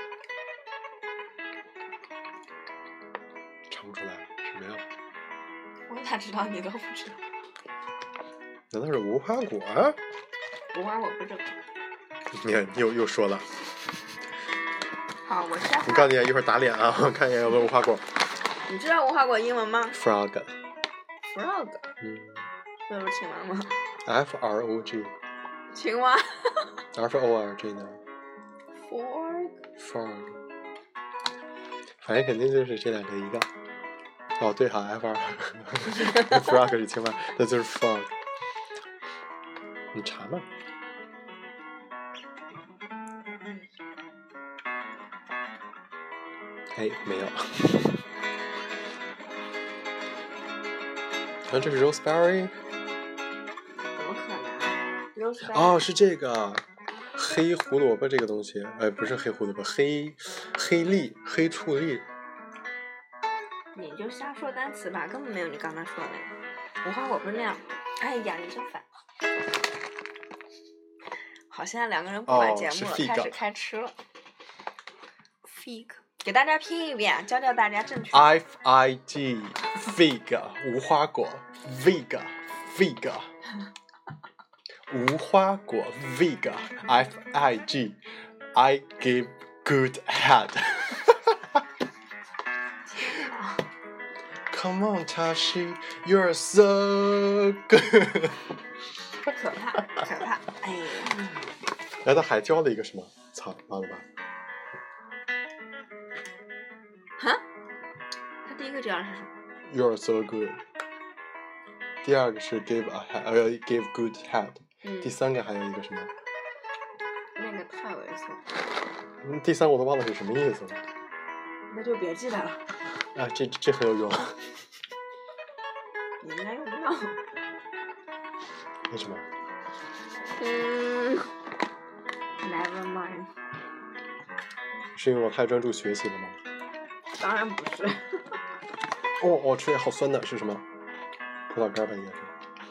尝不出来什么呀？ 我咋知道你都不知道？ 难道是无花果？啊、 无花果不是这个。 你看，又又说了。 好，我下。 我告诉你，一会儿打脸啊！我看一眼有没有无花果。 你知道无花果英文吗 ？Frog。Frog。 嗯。那不是青蛙吗 ？F R O G。 青蛙。 F O R G 呢 ？Frog。 Frog。反正肯定就是这两个一个。哦，对哈 ，F R。Frog 是青蛙，那就是 frog。你查嘛。哎，没有。啊，这是 roseberry。 怎么可能 ？roseberry。 哦，是这个黑胡萝卜这个东西，哎，不是黑胡萝卜，黑黑栗，黑醋栗。 你就瞎说单词吧，根本没有你刚刚说的那个。无花果不是那样。哎呀，你真烦。好，现在两个人不玩节目了， 哦、 开始开吃了。fig。给大家拼一遍，教教大家正确。 F I G fig 无花果 fig fig 无花果 fig F I G I give good head 。Come on, Tashi, you're so good 。 可怕，可怕，哎呀！ 然后他还教了一个什么？操，完了吧？ 哈？他第一个教的是什么 ？You're so good。第二个是 give a head， 呃 give good head。 嗯。 第三个还有一个什么？ 那个太猥琐。 嗯，第三我都忘了是什么意思了。 那就别记得了。 啊，这这很有用。 你应该用不到。 为什么？ 嗯 ，Never mind。 是因为我太专注学习了吗？ 当然不是。 哦哦，吃好酸的是什么？葡萄干吧，应该是。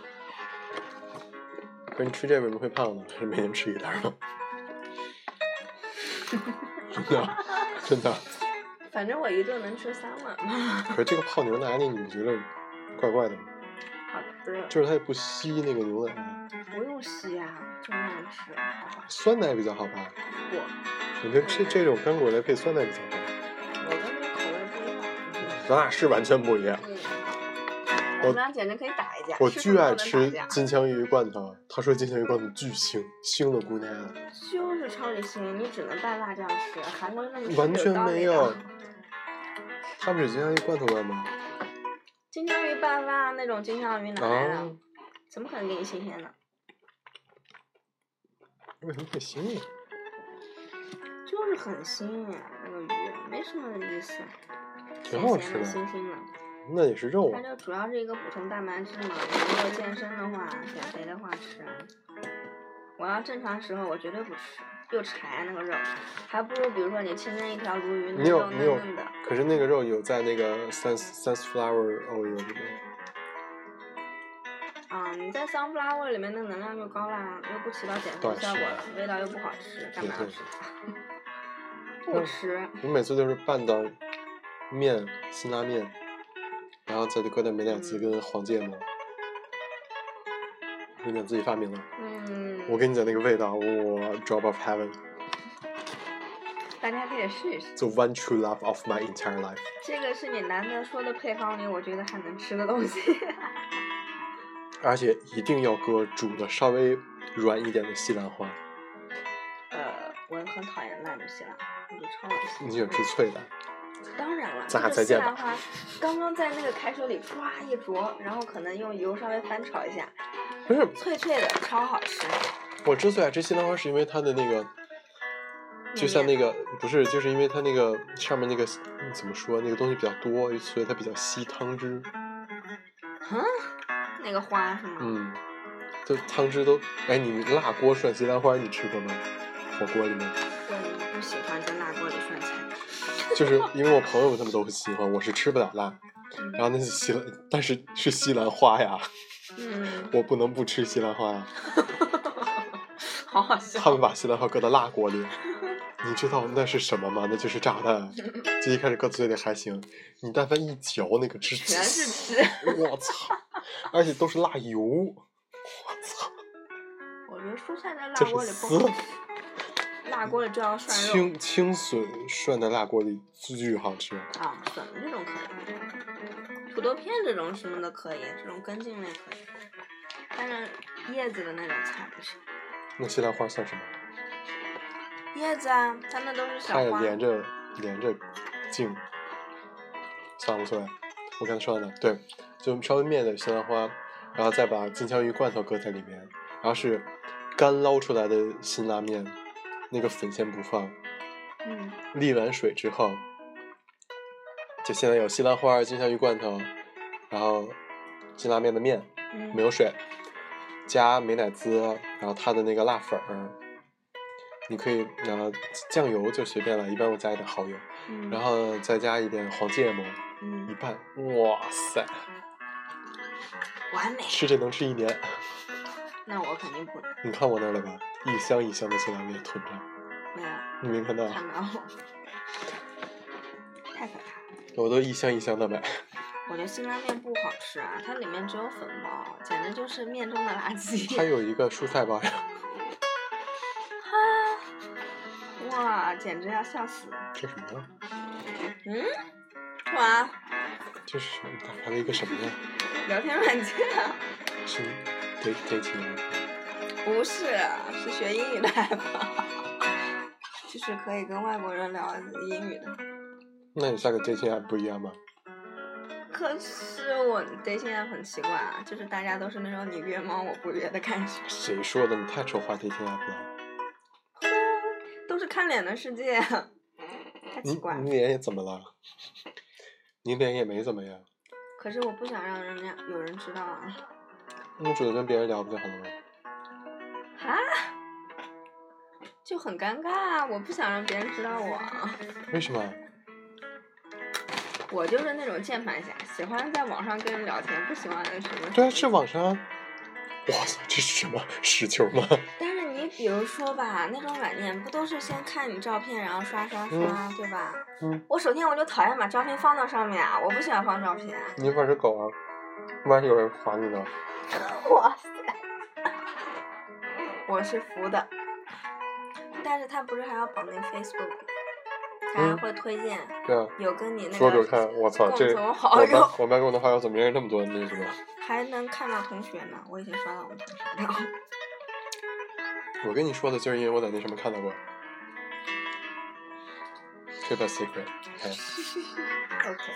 可是你吃这为什么会胖呢？还是每天吃一点呢？真的，真的。 反正我一顿能吃三碗嘛。 可是这个泡牛奶里，你不觉得怪怪的吗？ 好吃。 就是它也不吸那个牛奶。 不用吸啊，就那样吃，好好。 酸奶比较好吧？ 不。 我觉得这这种干果类配酸奶比较好。 我跟你口味不一样。 咱俩是完全不一样。 嗯。我们俩简直可以打一架。 我巨爱吃金枪鱼罐头，他说金枪鱼罐头巨腥，腥的姑娘。 就是超级腥，你只能拌辣酱吃，韩国那么完全没有。 它不是金枪鱼罐头味吗？ 金枪鱼拌饭那种金枪鱼哪来的？ 哦、 怎么可能给你新鲜的？ 为什么会腥呀？ 就是很腥呀，那个鱼没什么意思， 挺好吃的， 咸咸的、腥腥的。 那也是肉啊。 它就主要是一个补充蛋白质嘛。你如果健身的话、减肥的话吃。我要正常时候我绝对不吃，又柴那个肉，还不如比如说你清蒸一条鲈鱼，那肉嫩嫩的。 可是那个肉有在那个 sunflower oil 里面。 啊，你在 sunflower 里面的能量就高啦，又不起到减肥效果了，味道又不好吃，干嘛要吃？不吃。 我每次都是拌到面，辛拉面，然后再搁点美乃滋跟黄芥末。美乃滋自己发明的。 嗯。 我跟你讲那个味道，哇 ，drop of heaven。 大家可以试一试。 The one true love of my entire life。 这个是你难得说的配方里，我觉得还能吃的东西。 而且一定要搁煮的稍微软一点的西兰花。 呃，我很讨厌烂的西兰花，我就超恶心。 你喜欢吃脆的？ 当然了， 咱俩再见吧。 西兰花刚刚在那个开水里唰一灼，然后可能用油稍微翻炒一下， 不是脆脆的，超好吃。 我之所以爱吃西兰花，是因为它的那个，就像那个不是，就是因为它那个上面那个怎么说，那个东西比较多，所以它比较吸汤汁。 嗯。那个花是吗？ 嗯，就汤汁都，哎，你辣锅涮西兰花你吃过吗？火锅里面。 我不喜欢在辣锅里涮菜。 就是因为我朋友他们都喜欢，我是吃不了辣， 嗯、 然后那是西兰，但是是西兰花呀， 嗯， 我不能不吃西兰花呀。 好好笑。 他们把西兰花搁到辣锅里，你知道那是什么吗？那就是炸弹。这一开始搁嘴里还行，你但凡一嚼那个汁， 全是汁。 我操！而且都是辣油，我操！ 我觉得蔬菜在辣锅里不好吃，辣锅里就要涮肉。 青青笋涮在辣锅里巨好吃。 啊，笋这种可以，土豆片这种什么的可以，这种根茎类可以，但是叶子的那种菜不行。 那西兰花算什么？ 叶子啊，它那都是小花。 它也连着连着茎。算无所谓，我刚才说的呢，对，就稍微面的西兰花，然后再把金枪鱼罐头搁在里面，然后是干捞出来的辛拉面，那个粉先不放， 嗯， 沥完水之后，就现在有西兰花、金枪鱼罐头，然后辛拉面的面， 嗯、 没有水，加美乃滋，然后它的那个辣粉儿，你可以然后酱油就随便了，一般我加一点蚝油， 嗯、 然后再加一点黄芥末。 嗯， 一半，哇塞， 完美， 吃这能吃一年。 那我肯定不能。 你看我那了吧，一箱一箱的辛拉面囤着。 没有。 你没看到？ 看到。太可怕了。 我都一箱一箱的买。 我觉得辛拉面不好吃啊，它里面只有粉包，简直就是面中的垃圾。 它有一个蔬菜包呀。 哈，哇，简直要笑死。 这什么？ 嗯？哇， 这是什么？打开了一个什么呀？ 聊天软件啊。 是 dating 吗？ 不是，是学英语的 app， 就是可以跟外国人聊英语的。 那你下个 dating app 不一样吗？ 可是我 dating app 很奇怪啊，就是大家都是那种你约吗我不约的感觉。 谁说的？你太丑化 dating app 了。 都是看脸的世界。太奇怪了。 你脸也怎么了？你脸也没怎么样。 可是我不想让人家有人知道啊。 你主动跟别人聊不就好了吗？ 啊？就很尴尬啊！我不想让别人知道我。 为什么？ 我就是那种键盘侠，喜欢在网上跟人聊天，不喜欢那什么。 对啊，是网上。哇塞，这是什么实球吗？ 但是你比如说吧，那种软件不都是先看你照片，然后刷刷刷， 嗯、 对吧？ 嗯。 我首先我就讨厌把照片放到上面啊，我不喜欢放照片。 你玩是狗啊？万一有人划你呢？ 哇塞！我是服的。但是他不是还要绑定 Facebook， 他还会推荐。 嗯、对啊。 有跟你那个说给我看，我操，这共同好友。 我们班共同好友怎么认识那么多那什么？ 还能看到同学呢，我已经刷到我们同学了。 我跟你说的就是因为我在那上面看到过。 keep a secret. OK. OK。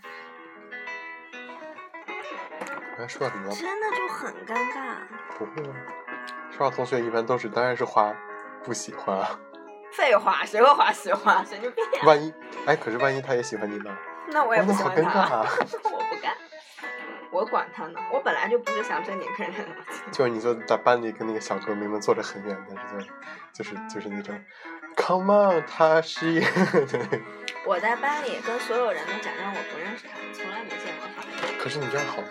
我还说什么了？ 真的就很尴尬。 不会啊，说话同学一般都是当然是花不喜欢啊。 废话，谁会花喜欢？神经病、啊。 万一哎，可是万一他也喜欢你呢？ 那我也不喜欢他。 哦、好尴尬啊！ 我不干，我管他呢。我本来就不是想正经跟人聊天。 就是你说在班里跟那个小哥明明坐着很远，但是就就是就是那种 ，Come on， 他是。 我在班里跟所有人都假装我不认识他，从来没见过他。 可是你这样好吗？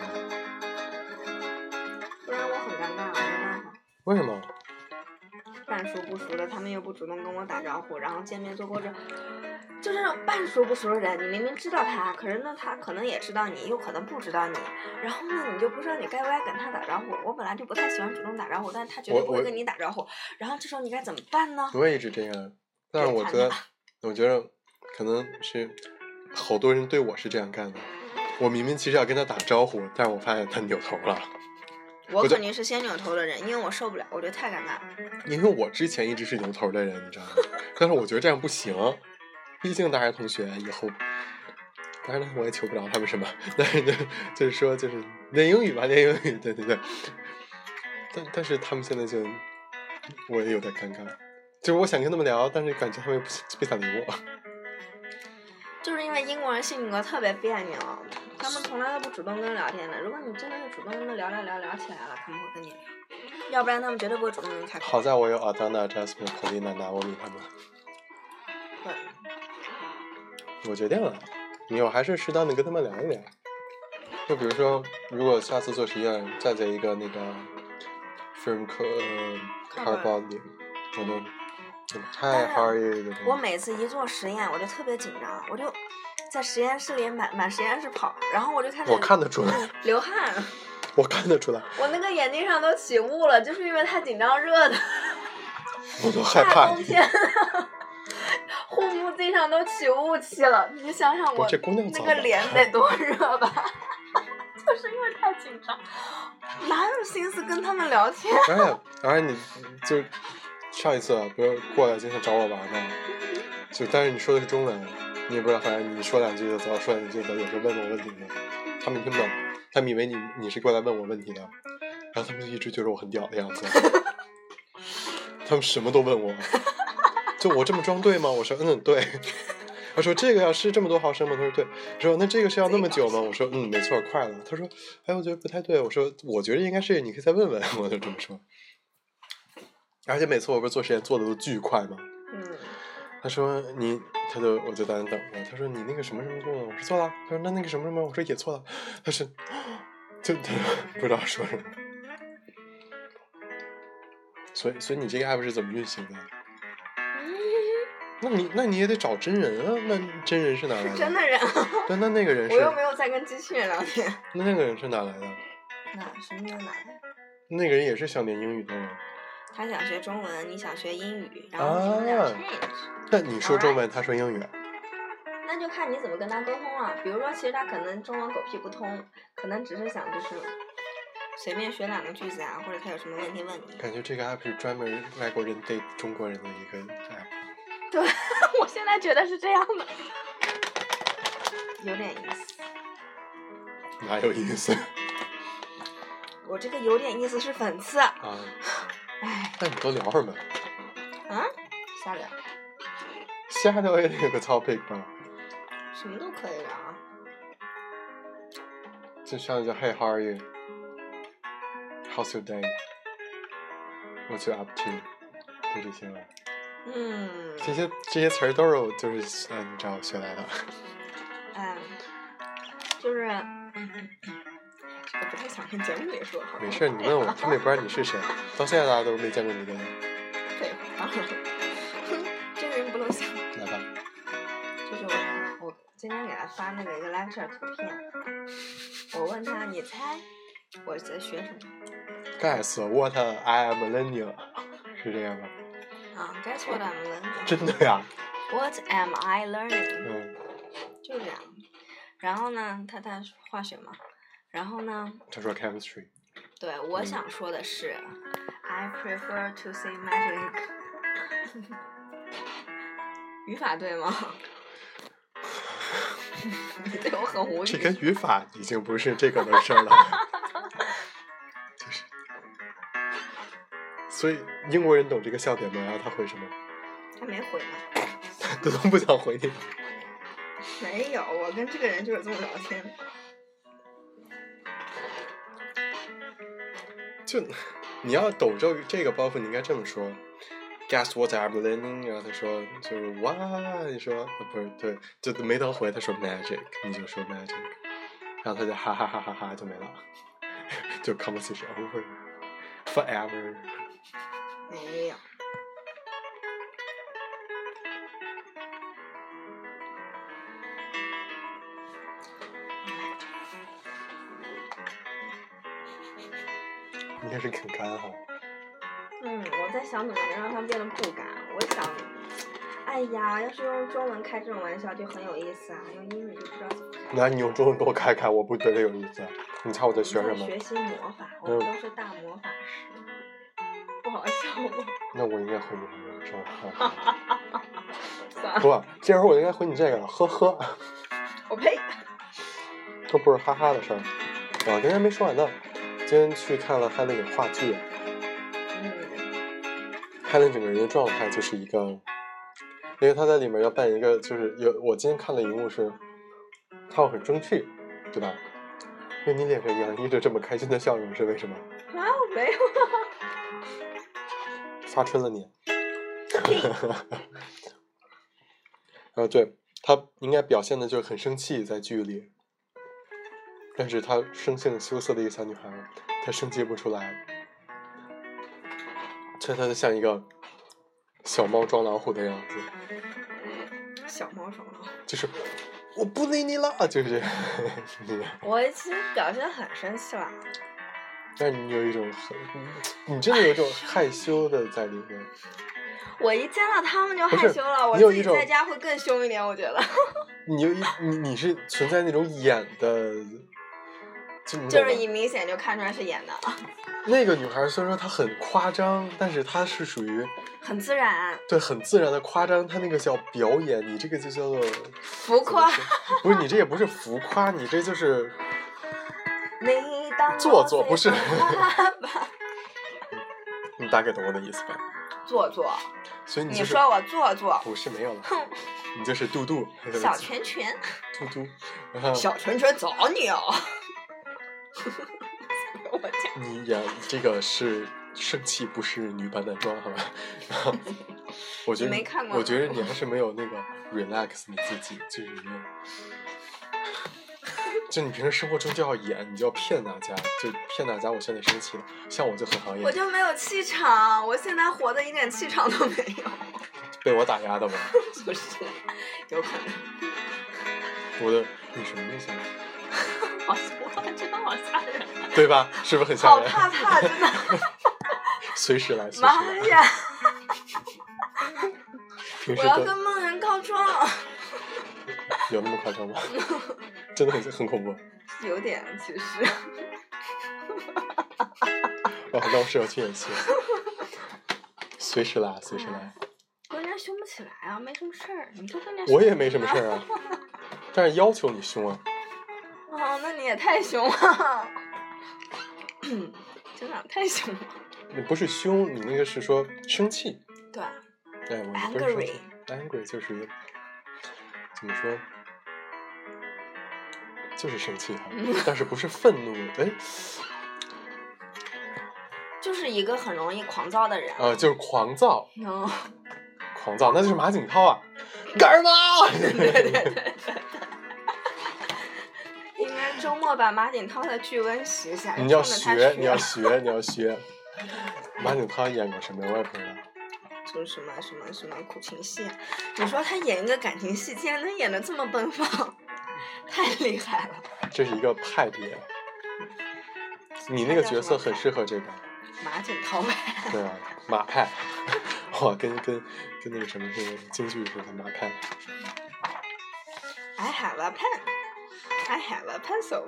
不然我很尴尬，我没办法。 为什么？ 半熟不熟的，他们又不主动跟我打招呼，然后见面做过这，就这种半熟不熟的人，你明明知道他，可是呢他可能也知道你，又可能不知道你，然后呢你就不知道你该不该跟他打招呼。我本来就不太喜欢主动打招呼，但是他绝对不会跟你打招呼，然后这时候你该怎么办呢？ 我也一直这样，但是我觉得，我觉得可能是好多人对我是这样干的。我明明其实要跟他打招呼，但是我发现他扭头了。 我肯定是先扭头的人，因为我受不了，我觉得太尴尬。 因为我之前一直是扭头的人，你知道吗？但是我觉得这样不行，毕竟大学同学以后，当然我也求不着他们什么，但是就就是说就是练英语吧，练英语，对对对。但但是他们现在就，我也有点尴尬，就是我想跟他们聊，但是感觉他们又不不想理我。 就是因为英国人性格特别别扭，他们从来都不主动跟人聊天的。如果你真的是主动跟他们聊聊聊聊起来了，他们会跟你聊，要不然他们绝对不会主动跟你开口。 好在我有 Adana、Jasmine、Polina、Naomi 他们。 对。 我决定了，以后还是适当的跟他们聊一聊。就比如说，如果下次做实验，再在一个那个 firm carbon 里，我都。太 hard 了。 我每次一做实验，我就特别紧张，我就在实验室里满满实验室跑，然后我就开始我看得出来流汗。 我看得出来。 我那个眼睛上都起雾了，就是因为太紧张热的。 我都害怕。 大冬天的，护目镜上都起雾气了，你想想我那个脸得多热吧？就是因为太紧张，哪有心思跟他们聊天？ 而且而且你就。上一次不是过来经常找我玩吗？就但是你说的是中文，你也不知道，反正你说两句就走，说两句就走，有时候问我问题的，他们听不懂，他们以为你你是过来问我问题的，然后他们一直觉得我很屌的样子，他们什么都问我，就我这么装对吗？我说嗯对，他说这个要是这么多毫升吗？他说对，我说那这个是要那么久吗？我说嗯没错，快了。他说哎我觉得不太对，我说我觉得应该是，你可以再问问，我就这么说。而且每次我不是做实验做的都巨快吗？ 嗯。 他说你，他就我就在那等着。他说你那个什么什么做了？我说做了。他说那那个什么什么？我说也做了。他说就他不知道说什么。所以所以你这个 app 是怎么运行的？ 嗯。 那你那你也得找真人啊。那真人是哪来的？ 是真的人。 对，那那个人是。 我又没有在跟机器人聊天。 那那个人是哪来的？ 哪什么叫哪来？ 那个人也是想练英语的人。 他想学中文，你想学英语，然后你们俩 change。 那你说中文，他说英语。 那就看你怎么跟他沟通了。比如说，其实他可能中文狗屁不通，可能只是想就是随便学两个句子啊，或者他有什么问题问你。 感觉这个 app 是专门外国人对中国人的一个 app。 对，我现在觉得是这样的，有点意思。 哪有意思？ 我这个有点意思是讽刺啊。 哎，那你多聊会儿嘛。 嗯，瞎聊。 瞎聊也得有个 topic 吧。 什么都可以聊啊。 就像一个 Hey, how are you? How's your day? What you up to? 就这些了。 嗯。 这些这些词儿都是就是嗯，你知道学来的。 嗯，就是。这个不太想跟节目里说。 没事，你问我，他们也不知道你是谁，到现在大家都没见过你的人。 废话，真人不露相。 来吧。 就是我，我今天给他发那个一个 lecture 图片，我问他，你猜我在学什么 ？Guess what I am learning， 是这样吗？ 啊 ，Guess what I'm learning。 真的呀 ？What am I learning？ 嗯， 就这样。然后呢，他他化学嘛。然后呢？ 他说 chemistry。 对，我想说的是、嗯、，I prefer to say magic 。语法对吗？ 你对我很无语。 这跟语法已经不是这个的事儿了。就是，所以英国人懂这个笑点吗？然后他回什么？ 他没回吗？ 他都不想回你。 没有，我跟这个人就是这么聊天。 就你要抖这这个包袱，你应该这么说 ：“Guess what I'm learning？” 然后他说就是哇，你说不是对，就没得回，他说 magic， 你就说 magic， 然后他就哈哈哈哈哈就没了，就 conversation over forever。 没有。 应该是肯干哈。 嗯，我在想怎么能让它变得不干。我想，哎呀，要是用中文开这种玩笑就很有意思啊，用英语就不知道怎么开。 那你用中文给我开开，我不觉得有意思。你猜我在学什么？ 学习魔法，我们都是大魔法师。嗯、不好笑吗？ 那我应该回你什么？不，这会儿我应该回你这个了，呵呵。 我呸！ 都不是哈哈的事儿。啊，刚才没说完呢。今天去看了汉那个话剧。汉那整个人的状态就是一个，因为他在里面要扮演一个，就是有我今天看的一幕是，他很生气，对吧？因为你脸上洋溢着这么开心的笑容是为什么？ 啊，我没有。 发春了你。啊，对，他应该表现的就是很生气在剧里，但是她生性羞涩的一个小女孩，她生气不出来，所以她就像一个小猫装老虎的样子。 小猫装老虎。就是我不理你了，就是。 我其实表现很生气了。 但你有一种很，你真的有一种害羞的在里面。 我一见到他们就害羞了，我自己在家会更凶一点，我觉得。 你有一你你是存在那种演的，就就是一明显就看出来是演的。 那个女孩虽然说她很夸张，但是她是属于很自然。 对，很自然的夸张，她那个叫表演，你这个就叫做浮夸。 不是，你这也不是浮夸，你这就是你当做作，不是。你大概懂我的意思吧？ 做作。 所以你、就是、 你说我做作？ 不是，没有了。你就是嘟嘟。 小拳拳。 嘟嘟。然后小拳拳找你啊！ 你演这个是生气，不是女扮男装，好吧？然后我觉得你没看过， 我觉得你还是没有那个 relax 你自己，就是没有。就你平时生活中就要演，你就要骗大家，就骗大家。我现在生气了，像我就很好演。 我就没有气场，我现在活的一点气场都没有。 被我打压的吗？ 不是，有可能。 我的，你什么意思？ 好，哇，真的好吓人。 对吧？是不是很吓人？ 好怕怕，真的。 随时来，随时来。妈呀！我要跟梦人告状。 有那么夸张吗？真的很很恐怖。 有点，其实。 哦，那我是要去演戏。随时来，随时来。 跟人家凶不起来啊，没什么事儿，你就跟人家。我也没什么事儿啊，但是要求你凶啊。 哦，那你也太凶了。真的太凶了。 你不是凶，你那个是说生气。 对。 对，我不是生气。angry 就是怎么说？就是生气哈，但是不是愤怒，哎， 就是一个很容易狂躁的人。 呃，就是狂躁。 嗯。 狂躁，那就是马景涛啊！干什么？ 对对对对。应该周末把马景涛的剧温习一下。 你要学，你要学，你要学。马景涛演过什么？我也不知道。 就什么什么什么苦情戏，你说他演一个感情戏，竟然能演得这么奔放，太厉害了。 这是一个派别。你那个角色很适合这个。 马景涛派。 对啊，马派。哇，跟跟跟那个什么是京剧似的，马派。 I have a pen. I have a pencil.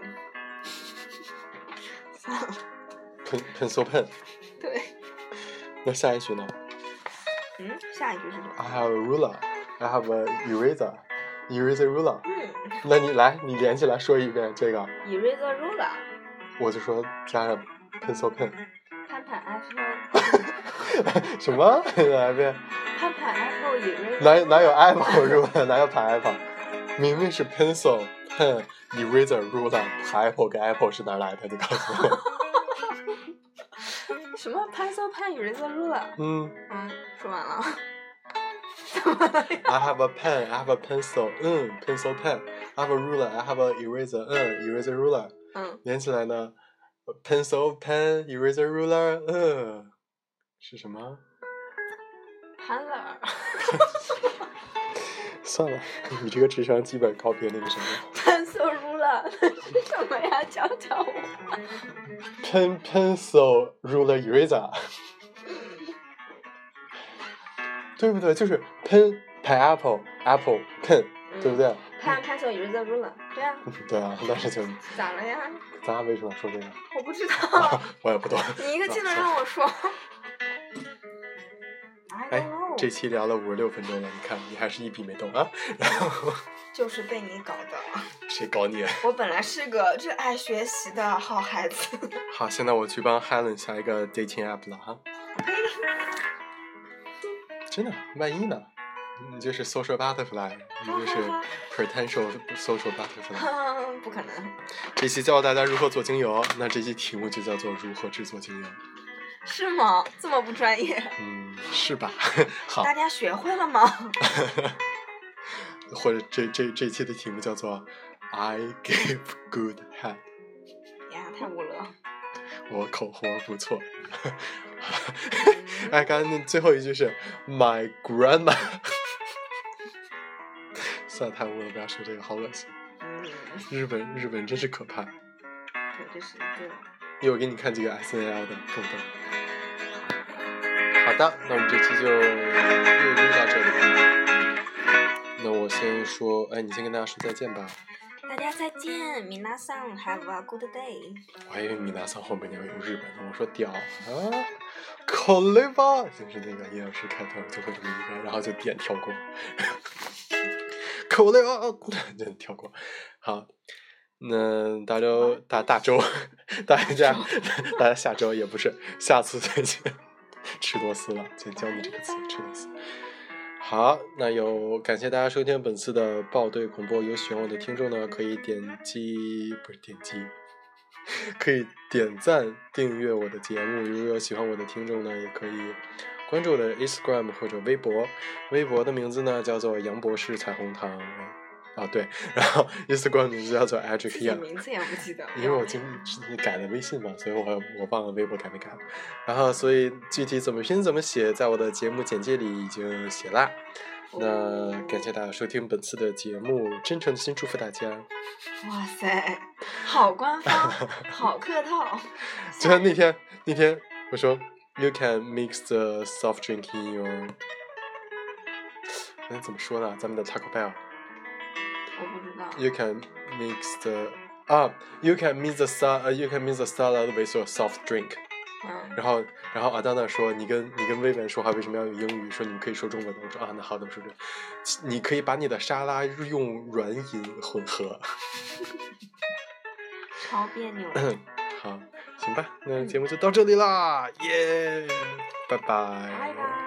算了。 pen pencil pen。 对。 那下一句呢？ 嗯，下一句是什么 ？I have a ruler. I have a eraser. Eraser ruler. 嗯。 那你来，你连起来说一遍这个。 eraser ruler。 我就说加上 pencil pen。 pan pan apple。 什么？来一遍。 pan pan apple eraser。 哪哪有 apple ruler？ 哪有 pineapple？ 明明是 pencil pen eraser ruler pineapple 跟 apple 是哪来的？你告诉我。 什么 pencil pen eraser ruler？ 嗯嗯，说完了。 I have a pen, I have a pencil, 嗯 pencil pen. I have a ruler, I have a eraser, 嗯 eraser ruler. 嗯， 连起来呢 pencil, pen, eraser ruler, 嗯是什么 ？Panler。 算了，你这个智商基本告别那个什么。 pencil ruler 是什么呀？教教我。 Pen, pencil, ruler, eraser. 对不对？就是 pen, pineapple, apple, pen，、嗯、对不对 ？pen, pencil, eraser, ruler， 对啊。 对啊，但是就咋了呀？ 咱俩为什么要说这个？ 我不知道。 我也不懂。 你一个劲的让我说。 哎，这期聊了五十六分钟了，你看你还是一笔没动啊。然后就是被你搞的。 谁搞你？ 我本来是个热爱学习的好孩子。 好，现在我去帮 Helen 下一个 dating app 了哈。真的，万一呢？你就是 social butterfly， 你就是 potential social butterfly。 不可能。这期教大家如何做精油，那这期题目就叫做如何制作精油。 是吗？这么不专业？ 嗯，是吧？好， 大家学会了吗？ 或者这这这期的题目叫做 I give good head。 呀，太污了。 我口活不错。哎，刚才那最后一句是 My grandma。算了，太污了，不要说这个，好恶心。 嗯、 日本日本真是可怕。 对，这是一个。 一会儿给你看几个 S N L 的更多。好的，那我们这期就又录到这里。那我先说，哎，你先跟大家说再见吧。 大家再见，皆さん have a good day。 我还以为皆さん后面你要用日本的，我说屌啊，口雷吧，就是那个叶老师开头就会这么一个，然后就点跳过。口雷吧，就跳过。好，那大周大大周，大家大家下周也不是，下次再见。吃多斯了，就教你这个词，吃多斯。好，那有感谢大家收听本次的爆队广播，有喜欢我的听众呢，可以点击不是点击，可以点赞订阅我的节目。如果有喜欢我的听众呢，也可以关注我的 Instagram 或者微博，微博的名字呢叫做杨博士彩虹糖。啊对，然后 Instagram 名字叫做 Adric Young， 名字也不记得， 因为我今天改了微信嘛，所以我我忘了微博改没改了。然后所以具体怎么拼怎么写，在我的节目简介里已经写啦。那感谢大家收听本次的节目，真诚的心祝福大家。 哇塞，好官方，好客套。 就像那天那天我说 ，You can mix the soft drink in your， 那怎么说呢？咱们的 Taco Bell。 我不知道。 You can mix the 啊、uh, ，You can mix the salad， You can mix the salad with your soft drink。 嗯。 然后，然后阿当娜说：“你跟你跟薇薇说话为什么要用英语？说你们可以说中文的。”我说：“啊，那好的，我说这，你可以把你的沙拉用软饮混合。” 超别扭。 好，行吧，那节目就到这里啦，耶、yeah ，拜拜。 拜拜。